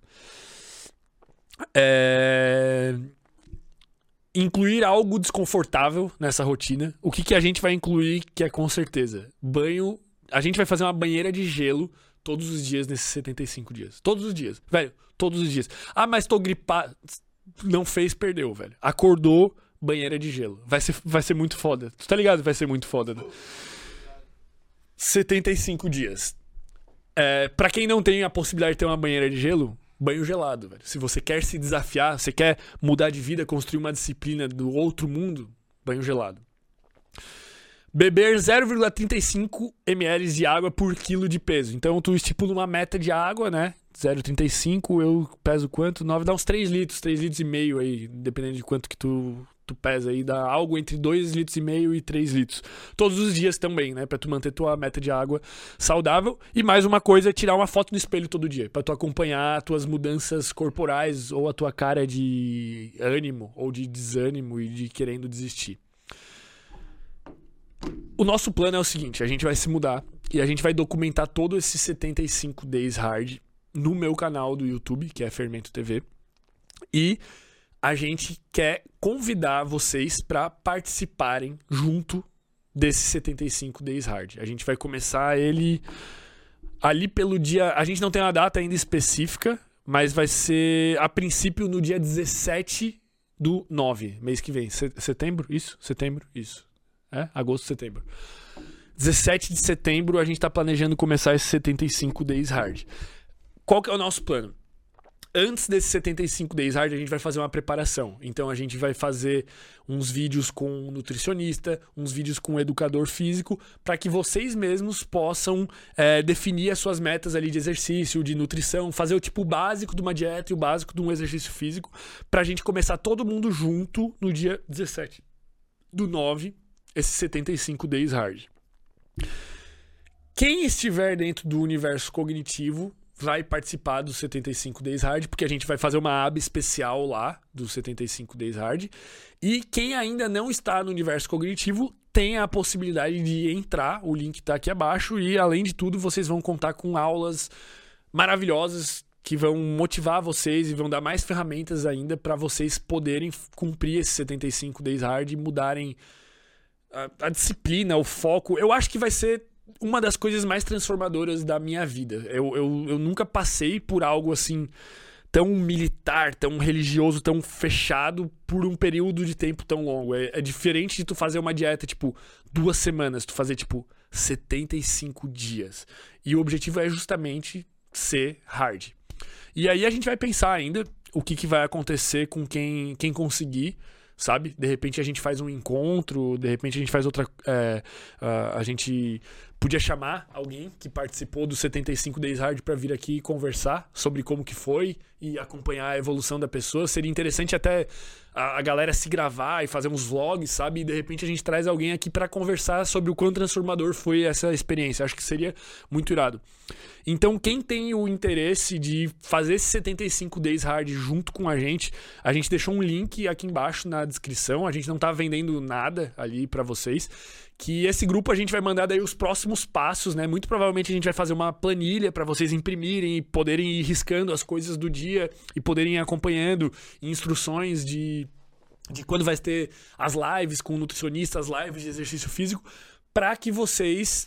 É... Incluir algo desconfortável nessa rotina. O que, que a gente vai incluir que é com certeza? Banho. A gente vai fazer uma banheira de gelo todos os dias nesses setenta e cinco dias. Todos os dias. Velho, todos os dias. Ah, mas tô gripado. Não fez, perdeu, velho. Acordou, banheira de gelo. Vai ser, vai ser muito foda. Tu tá ligado? Vai ser muito foda, né? setenta e cinco dias. É, pra quem não tem a possibilidade de ter uma banheira de gelo, banho gelado, velho. Se você quer se desafiar, você quer mudar de vida, construir uma disciplina do outro mundo, banho gelado. Beber zero vírgula trinta e cinco mililitros de água por quilo de peso. Então tu estipula uma meta de água, né? zero vírgula trinta e cinco, eu peso quanto? nove, dá uns três litros, três litros e meio aí, dependendo de quanto que tu, tu pesa aí, dá algo entre dois litros e meio e três litros. Todos os dias também, né? Pra tu manter tua meta de água saudável. E mais uma coisa é tirar uma foto no espelho todo dia, pra tu acompanhar tuas mudanças corporais ou a tua cara de ânimo ou de desânimo e de querendo desistir. O nosso plano é o seguinte, a gente vai se mudar e a gente vai documentar todo esses setenta e cinco days hard no meu canal do YouTube, que é Fermento T V. E a gente quer convidar vocês para participarem junto desses setenta e cinco days hard. A gente vai começar ele ali pelo dia... A gente não tem uma data ainda específica, mas vai ser a princípio no dia dezessete do nove, mês que vem. Setembro? Isso? Setembro? Isso. É? Agosto, setembro. dezessete de setembro a gente tá planejando começar esses setenta e cinco days hard. Qual que é o nosso plano? Antes desses setenta e cinco Days Hard, a gente vai fazer uma preparação. Então, a gente vai fazer uns vídeos com um nutricionista, uns vídeos com um educador físico, para que vocês mesmos possam é, definir as suas metas ali de exercício, de nutrição, fazer o tipo básico de uma dieta e o básico de um exercício físico, pra gente começar todo mundo junto no dia dezessete do nove, esses setenta e cinco Days Hard. Quem estiver dentro do universo cognitivo vai participar dos setenta e cinco Days Hard, porque a gente vai fazer uma aba especial lá dos setenta e cinco Days Hard. E quem ainda não está no universo cognitivo tem a possibilidade de entrar, o link está aqui abaixo, e além de tudo vocês vão contar com aulas maravilhosas que vão motivar vocês e vão dar mais ferramentas ainda para vocês poderem cumprir esses setenta e cinco Days Hard e mudarem a, a disciplina, o foco. Eu acho que vai ser uma das coisas mais transformadoras da minha vida. Eu, eu, eu nunca passei por algo assim tão militar, tão religioso, tão fechado por um período de tempo tão longo. É, é diferente de tu fazer uma dieta, tipo, duas semanas, tu fazer, tipo, setenta e cinco dias. E o objetivo é justamente ser hard. E aí a gente vai pensar ainda o que, que vai acontecer com quem, quem conseguir, sabe? De repente a gente faz um encontro, de repente a gente faz outra... É, a, a gente podia chamar alguém que participou do setenta e cinco Days Hard para vir aqui conversar sobre como que foi e acompanhar a evolução da pessoa. Seria interessante até a, a galera se gravar e fazer uns vlogs, sabe? E de repente a gente traz alguém aqui para conversar sobre o quão transformador foi essa experiência. Acho que seria muito irado. Então, quem tem o interesse de fazer esse setenta e cinco Days Hard junto com a gente, a gente deixou um link aqui embaixo na descrição. A gente não tá vendendo nada ali para vocês. Que esse grupo a gente vai mandar daí os próximos passos, né? Muito provavelmente a gente vai fazer uma planilha para vocês imprimirem e poderem ir riscando as coisas do dia e poderem ir acompanhando instruções de, de quando vai ter as lives com nutricionistas, lives de exercício físico, para que vocês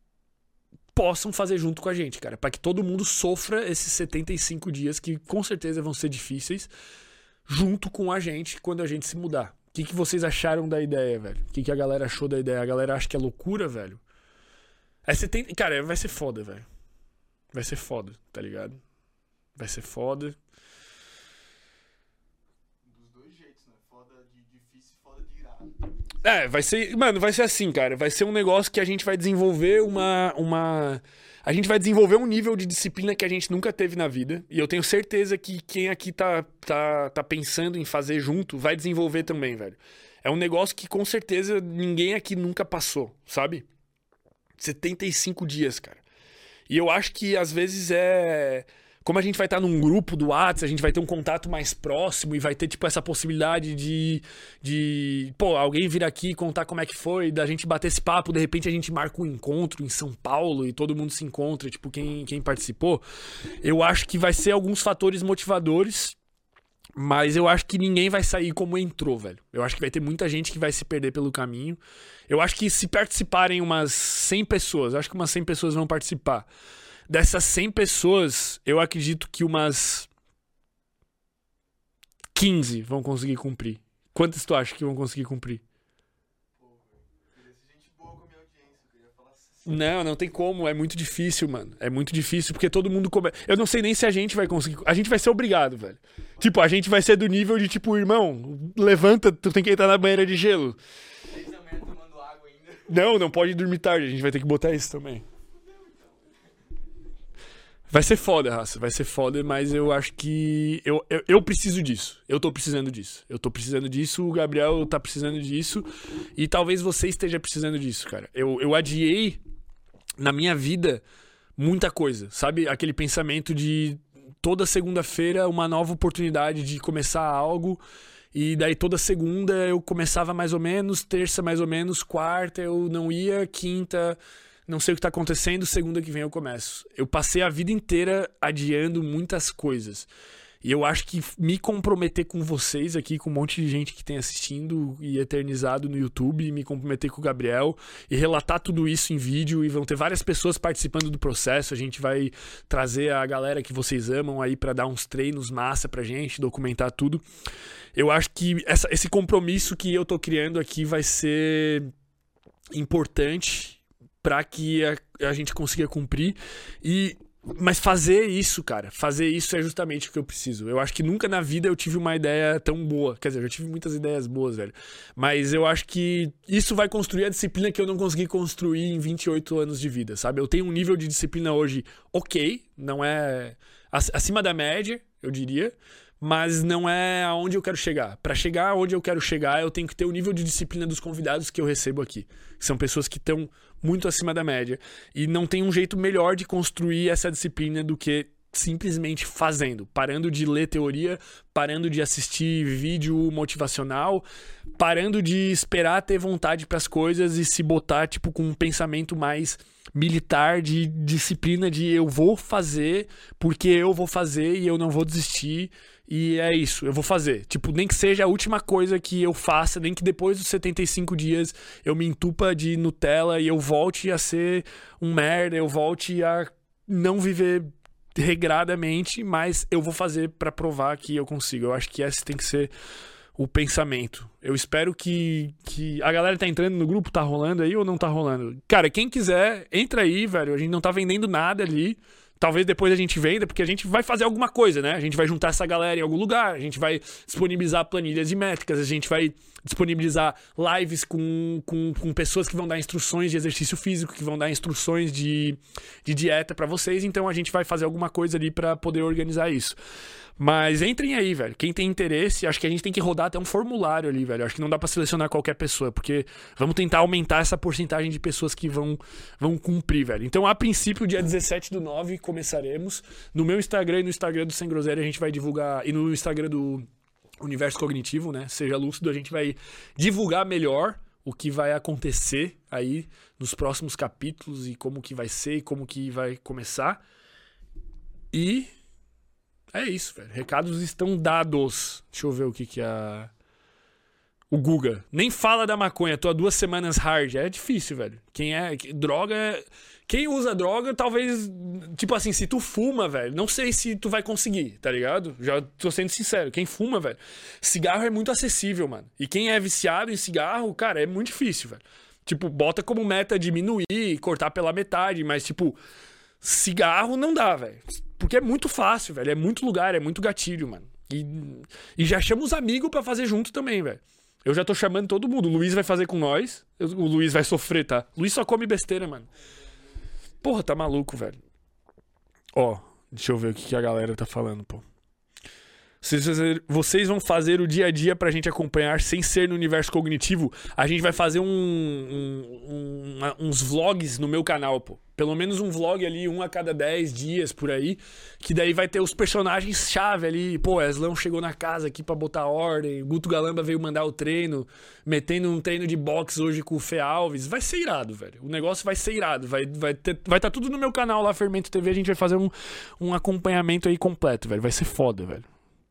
possam fazer junto com a gente, cara. Para que todo mundo sofra esses setenta e cinco dias que com certeza vão ser difíceis junto com a gente quando a gente se mudar. O que, que vocês acharam da ideia, velho? O que, que a galera achou da ideia? A galera acha que é loucura, velho? É setenta... Cara, vai ser foda, velho. Vai ser foda, tá ligado? Vai ser foda. Dos dois jeitos, né? Foda de difícil e foda de irado. É, vai ser... Mano, vai ser assim, cara. Vai ser um negócio que a gente vai desenvolver uma... uma... A gente vai desenvolver um nível de disciplina que a gente nunca teve na vida. E eu tenho certeza que quem aqui tá, tá, tá pensando em fazer junto vai desenvolver também, velho. É um negócio que com certeza ninguém aqui nunca passou, sabe? setenta e cinco dias, cara. E eu acho que às vezes é... Como a gente vai estar num grupo do WhatsApp, a gente vai ter um contato mais próximo e vai ter, tipo, essa possibilidade de, de... Pô, alguém vir aqui e contar como é que foi, da gente bater esse papo, de repente a gente marca um encontro em São Paulo e todo mundo se encontra, tipo, quem, quem participou. Eu acho que vai ser alguns fatores motivadores, mas eu acho que ninguém vai sair como entrou, velho. Eu acho que vai ter muita gente que vai se perder pelo caminho. Eu acho que se participarem umas cem pessoas, eu acho que umas cem pessoas vão participar. Dessas cem pessoas, eu acredito que umas quinze vão conseguir cumprir. Quantas tu acha que vão conseguir cumprir? Pô, velho. Queria ser gente boa com a minha audiência. Eu queria falar assim. Não, não tem como. É muito difícil, mano. É muito difícil porque todo mundo come... Eu não sei nem se a gente vai conseguir. A gente vai ser obrigado, velho. Tipo, a gente vai ser do nível de tipo, irmão, levanta, tu tem que entrar na banheira de gelo. Três da manhã tomando água ainda. Não, não pode dormir tarde. A gente vai ter que botar isso também. Vai ser foda, raça, vai ser foda, mas eu acho que eu, eu, eu preciso disso, eu tô precisando disso, eu tô precisando disso, o Gabriel tá precisando disso, e talvez você esteja precisando disso, cara. Eu, eu adiei na minha vida muita coisa, sabe? Aquele pensamento de toda segunda-feira uma nova oportunidade de começar algo, e daí toda segunda eu começava mais ou menos, terça mais ou menos, quarta eu não ia, quinta... Não sei o que tá acontecendo, segunda que vem eu começo. Eu passei a vida inteira adiando muitas coisas. E eu acho que me comprometer com vocês aqui, com um monte de gente que tem assistindo e eternizado no YouTube, me comprometer com o Gabriel e relatar tudo isso em vídeo, e vão ter várias pessoas participando do processo. A gente vai trazer a galera que vocês amam aí pra dar uns treinos massa pra gente, documentar tudo. Eu acho que essa, esse compromisso que eu tô criando aqui vai ser importante para que a, a gente consiga cumprir. E Mas fazer isso, cara, fazer isso é justamente o que eu preciso. Eu acho que nunca na vida eu tive uma ideia tão boa. Quer dizer, eu já tive muitas ideias boas, velho. Mas eu acho que isso vai construir a disciplina que eu não consegui construir em vinte e oito anos de vida, sabe? Eu tenho um nível de disciplina hoje ok, não é acima da média, eu diria, mas não é aonde eu quero chegar. Pra chegar aonde eu quero chegar, eu tenho que ter o nível de disciplina dos convidados que eu recebo aqui. São pessoas que estão muito acima da média. E não tem um jeito melhor de construir essa disciplina do que simplesmente fazendo. Parando de ler teoria, parando de assistir vídeo motivacional, parando de esperar ter vontade pras coisas e se botar, tipo, com um pensamento mais militar de disciplina de eu vou fazer porque eu vou fazer e eu não vou desistir. E é isso, eu vou fazer. Tipo, nem que seja a última coisa que eu faça, nem que depois dos setenta e cinco dias eu me entupa de Nutella e eu volte a ser um merda, eu volte a não viver regradamente, mas eu vou fazer pra provar que eu consigo. Eu acho que esse tem que ser o pensamento. Eu espero que, que... A galera tá entrando no grupo, tá rolando aí ou não tá rolando? Cara, quem quiser, entra aí, velho. A gente não tá vendendo nada ali. Talvez depois a gente venda, porque a gente vai fazer alguma coisa, né? A gente vai juntar essa galera em algum lugar, a gente vai disponibilizar planilhas e métricas, a gente vai disponibilizar lives com, com, com pessoas que vão dar instruções de exercício físico, que vão dar instruções de, de dieta pra vocês. Então a gente vai fazer alguma coisa ali pra poder organizar isso. Mas entrem aí, velho. Quem tem interesse, acho que a gente tem que rodar até um formulário ali, velho. Acho que não dá pra selecionar qualquer pessoa, porque vamos tentar aumentar essa porcentagem de pessoas que vão, vão cumprir, velho. Então, a princípio, dia dezessete do nove, começaremos. No meu Instagram e no Instagram do Sem Groselha, a gente vai divulgar... E no Instagram do Universo Cognitivo, né? Seja Lúcido, a gente vai divulgar melhor o que vai acontecer aí nos próximos capítulos e como que vai ser e como que vai começar. E... é isso, velho. Recados estão dados. Deixa eu ver o que que a... O Guga. Nem fala da maconha. Tô há duas semanas hard. É difícil, velho. Quem é... Droga... Quem usa droga, talvez... Tipo assim, se tu fuma, velho, não sei se tu vai conseguir, tá ligado? Já tô sendo sincero. Quem fuma, velho... Cigarro é muito acessível, mano. E quem é viciado em cigarro, cara, é muito difícil, velho. Tipo, bota como meta diminuir, cortar pela metade, mas, tipo... Cigarro não dá, velho. Porque é muito fácil, velho. É muito lugar, é muito gatilho, mano. E, e já chama os amigos pra fazer junto também, velho. Eu já tô chamando todo mundo. O Luiz vai fazer com nós. Eu, o Luiz vai sofrer, tá? O Luiz só come besteira, mano. Porra, tá maluco, velho. Ó, deixa eu ver o que, que a galera tá falando, pô. Vocês, vocês vão fazer o dia a dia pra gente acompanhar sem ser no universo cognitivo. A gente vai fazer um, um, um, uns vlogs no meu canal, pô. Pelo menos um vlog ali, um a cada dez dias por aí. Que daí vai ter os personagens-chave ali. Pô, Eslão chegou na casa aqui pra botar ordem. Guto Galamba veio mandar o treino. Metendo um treino de boxe hoje com o Fê Alves. Vai ser irado, velho. O negócio vai ser irado. Vai estar vai ter, vai tá tudo no meu canal lá, Fermento T V. A gente vai fazer um, um acompanhamento aí completo, velho. Vai ser foda, velho.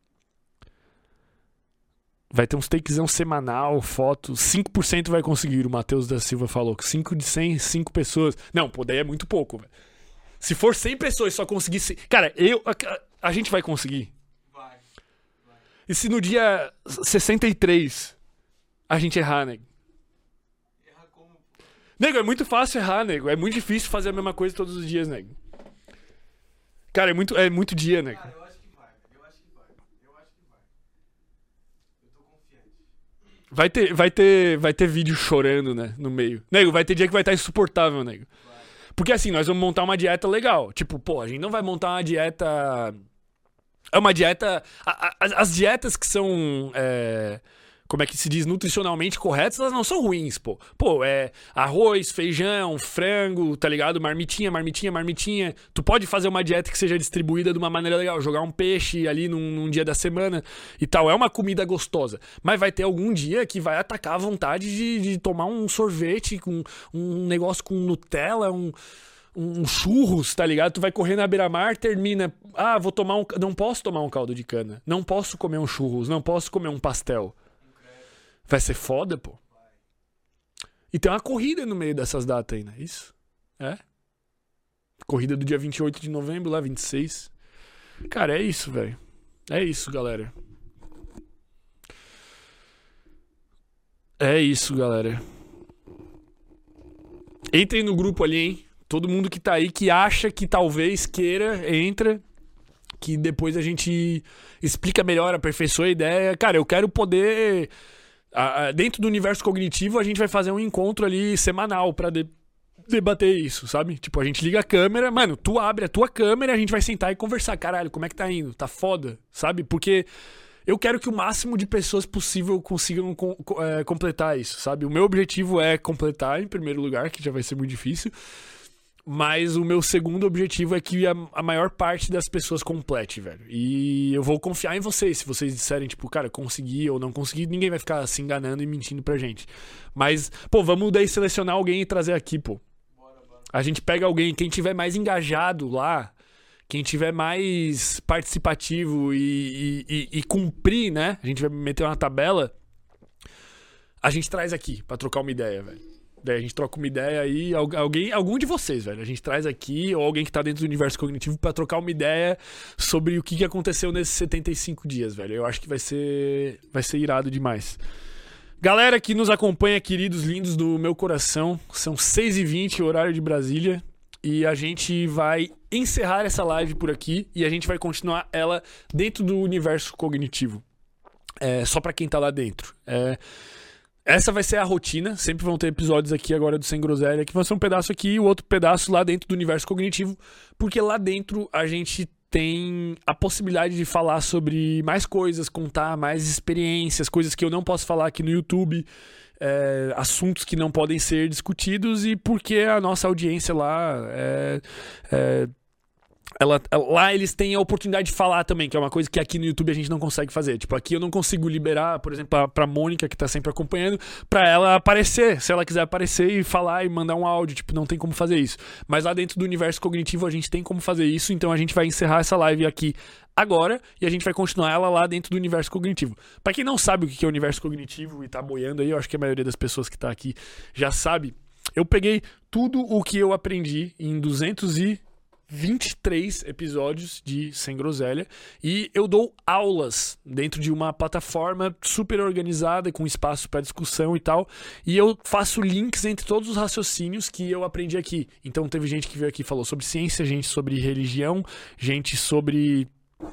Vai ter uns takezão semanal, fotos. cinco por cento vai conseguir, o Matheus da Silva falou. cinco de cem, cinco pessoas. Não, pô, daí é muito pouco, velho. Se for cem pessoas e só conseguir... cem... Cara, eu... A, a gente vai conseguir. Vai, vai. E se no dia sessenta e três a gente errar, nego? Erra como? Nego, é muito fácil errar, nego. É muito difícil fazer a mesma coisa todos os dias, nego. Cara, é muito, é muito dia, nego. Cara, eu acho que vai, eu acho que vai. Eu acho que vai. Eu tô confiante. Vai ter, vai ter, vai ter vídeo chorando, né, no meio. Nego, vai ter dia que vai estar insuportável, nego. Vai. Porque assim, nós vamos montar uma dieta legal. Tipo, pô, a gente não vai montar uma dieta... É uma dieta... a- a- As dietas que são... é, Como é que se diz? Nutricionalmente corretas, elas não são ruins, pô. Pô, é arroz, feijão, frango, tá ligado? Marmitinha, marmitinha, marmitinha. Tu pode fazer uma dieta que seja distribuída de uma maneira legal. Jogar um peixe ali num, num dia da semana e tal. É uma comida gostosa. Mas vai ter algum dia que vai atacar a vontade de, de tomar um sorvete com um negócio com Nutella, um... um churros, tá ligado? Tu vai correr na beira-mar, termina... Ah, vou tomar um... Não posso tomar um caldo de cana. Não posso comer um churros. Não posso comer um pastel. Vai ser foda, pô. E tem uma corrida no meio dessas datas aí, não é isso? É? Corrida do dia vinte e oito de novembro, lá, vinte e seis. Cara, é isso, velho. É isso, galera. É isso, galera. Entrem no grupo ali, hein? Todo mundo que tá aí, que acha que talvez queira, entra, que depois a gente explica melhor, aperfeiçoa a ideia. Cara, eu quero poder... A, a, dentro do universo cognitivo, a gente vai fazer um encontro ali semanal pra de, debater isso, sabe? Tipo, a gente liga a câmera, mano, tu abre a tua câmera, a gente vai sentar e conversar. Caralho, como é que tá indo? Tá foda, sabe? Porque eu quero que o máximo de pessoas possível consigam com, é, completar isso, sabe? O meu objetivo é completar, em primeiro lugar, que já vai ser muito difícil. Mas o meu segundo objetivo é que a, a maior parte das pessoas complete, velho. E eu vou confiar em vocês. Se vocês disserem, tipo, cara, consegui ou não consegui, ninguém vai ficar se enganando e mentindo pra gente. Mas, pô, vamos daí selecionar alguém e trazer aqui, pô. A gente pega alguém, quem tiver mais engajado lá, quem tiver mais participativo e, e, e, e cumprir, né? A gente vai meter uma tabela. A gente traz aqui pra trocar uma ideia, velho. Daí a gente troca uma ideia aí, alguém, algum de vocês, velho. A gente traz aqui, ou alguém que tá dentro do universo cognitivo, pra trocar uma ideia sobre o que aconteceu nesses setenta e cinco dias, velho. Eu acho que vai ser, vai ser irado demais. Galera que nos acompanha, queridos, lindos do meu coração, são seis e vinte, horário de Brasília, e a gente vai encerrar essa live por aqui, e a gente vai continuar ela dentro do universo cognitivo. É, só pra quem tá lá dentro. É... Essa vai ser a rotina, sempre vão ter episódios aqui agora do Sem Groselha, que vão ser um pedaço aqui e o outro pedaço lá dentro do universo cognitivo, porque lá dentro a gente tem a possibilidade de falar sobre mais coisas, contar mais experiências, coisas que eu não posso falar aqui no YouTube, é, assuntos que não podem ser discutidos, e porque a nossa audiência lá é... é Ela, lá eles têm a oportunidade de falar também, que é uma coisa que aqui no YouTube a gente não consegue fazer. Tipo, aqui eu não consigo liberar, por exemplo, pra, pra Mônica, que tá sempre acompanhando, pra ela aparecer. Se ela quiser aparecer e falar e mandar um áudio, tipo, não tem como fazer isso. Mas lá dentro do universo cognitivo a gente tem como fazer isso, então a gente vai encerrar essa live aqui agora e a gente vai continuar ela lá dentro do universo cognitivo. Pra quem não sabe o que é o universo cognitivo e tá boiando aí, eu acho que a maioria das pessoas que tá aqui já sabe. Eu peguei tudo o que eu aprendi em duzentos e vinte e três episódios de Sem Groselha e eu dou aulas dentro de uma plataforma super organizada, com espaço para discussão e tal, e eu faço links entre todos os raciocínios que eu aprendi aqui. Então teve gente que veio aqui e falou sobre ciência, gente sobre religião, gente sobre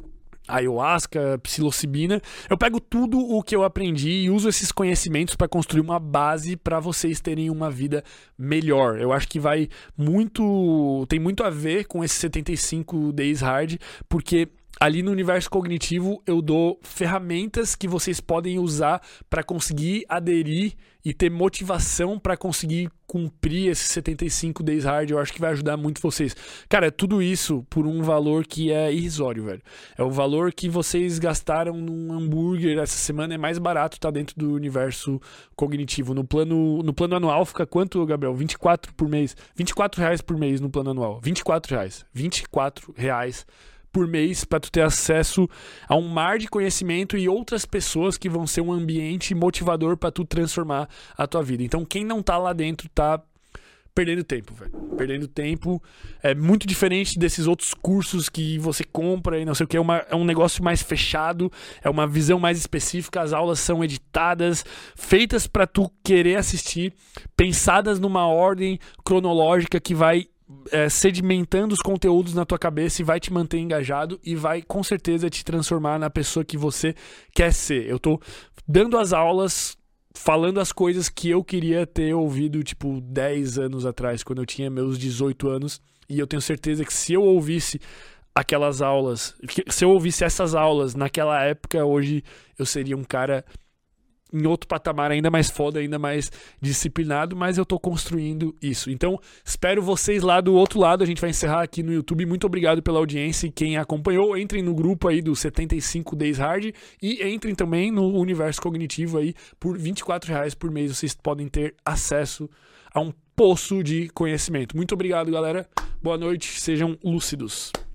ayahuasca, psilocibina. Eu pego tudo o que eu aprendi e uso esses conhecimentos para construir uma base para vocês terem uma vida melhor. Eu acho que vai muito... tem muito a ver com esses setenta e cinco Days Hard, porque ali no universo cognitivo eu dou ferramentas que vocês podem usar para conseguir aderir e ter motivação para conseguir cumprir esses setenta e cinco Days Hard. Eu acho que vai ajudar muito vocês. Cara, é tudo isso por um valor que é irrisório, velho. É o valor que vocês gastaram num hambúrguer essa semana, é mais barato, tá dentro do universo cognitivo. No plano, no plano anual fica quanto, Gabriel? vinte e quatro por mês. vinte e quatro reais por mês no plano anual. vinte e quatro reais. vinte e quatro reais por mês para tu ter acesso a um mar de conhecimento e outras pessoas que vão ser um ambiente motivador para tu transformar a tua vida. Então quem não tá lá dentro tá perdendo tempo, velho. Perdendo tempo. É muito diferente desses outros cursos que você compra e não sei o que. É, uma, é um negócio mais fechado, é uma visão mais específica. As aulas são editadas, feitas para tu querer assistir, pensadas numa ordem cronológica que vai É, sedimentando os conteúdos na tua cabeça e vai te manter engajado e vai com certeza te transformar na pessoa que você quer ser. Eu tô dando as aulas, falando as coisas que eu queria ter ouvido tipo dez anos atrás, quando eu tinha meus dezoito anos, e eu tenho certeza que se eu ouvisse aquelas aulas, se eu ouvisse essas aulas naquela época, hoje eu seria um cara em outro patamar ainda mais foda, ainda mais disciplinado, mas eu tô construindo isso. Então, espero vocês lá do outro lado. A gente vai encerrar aqui no YouTube. Muito obrigado pela audiência e quem acompanhou. Entrem no grupo aí do setenta e cinco Days Hard e entrem também no universo cognitivo aí. Por vinte e quatro reais por mês vocês podem ter acesso a um poço de conhecimento. Muito obrigado, galera. Boa noite. Sejam lúcidos.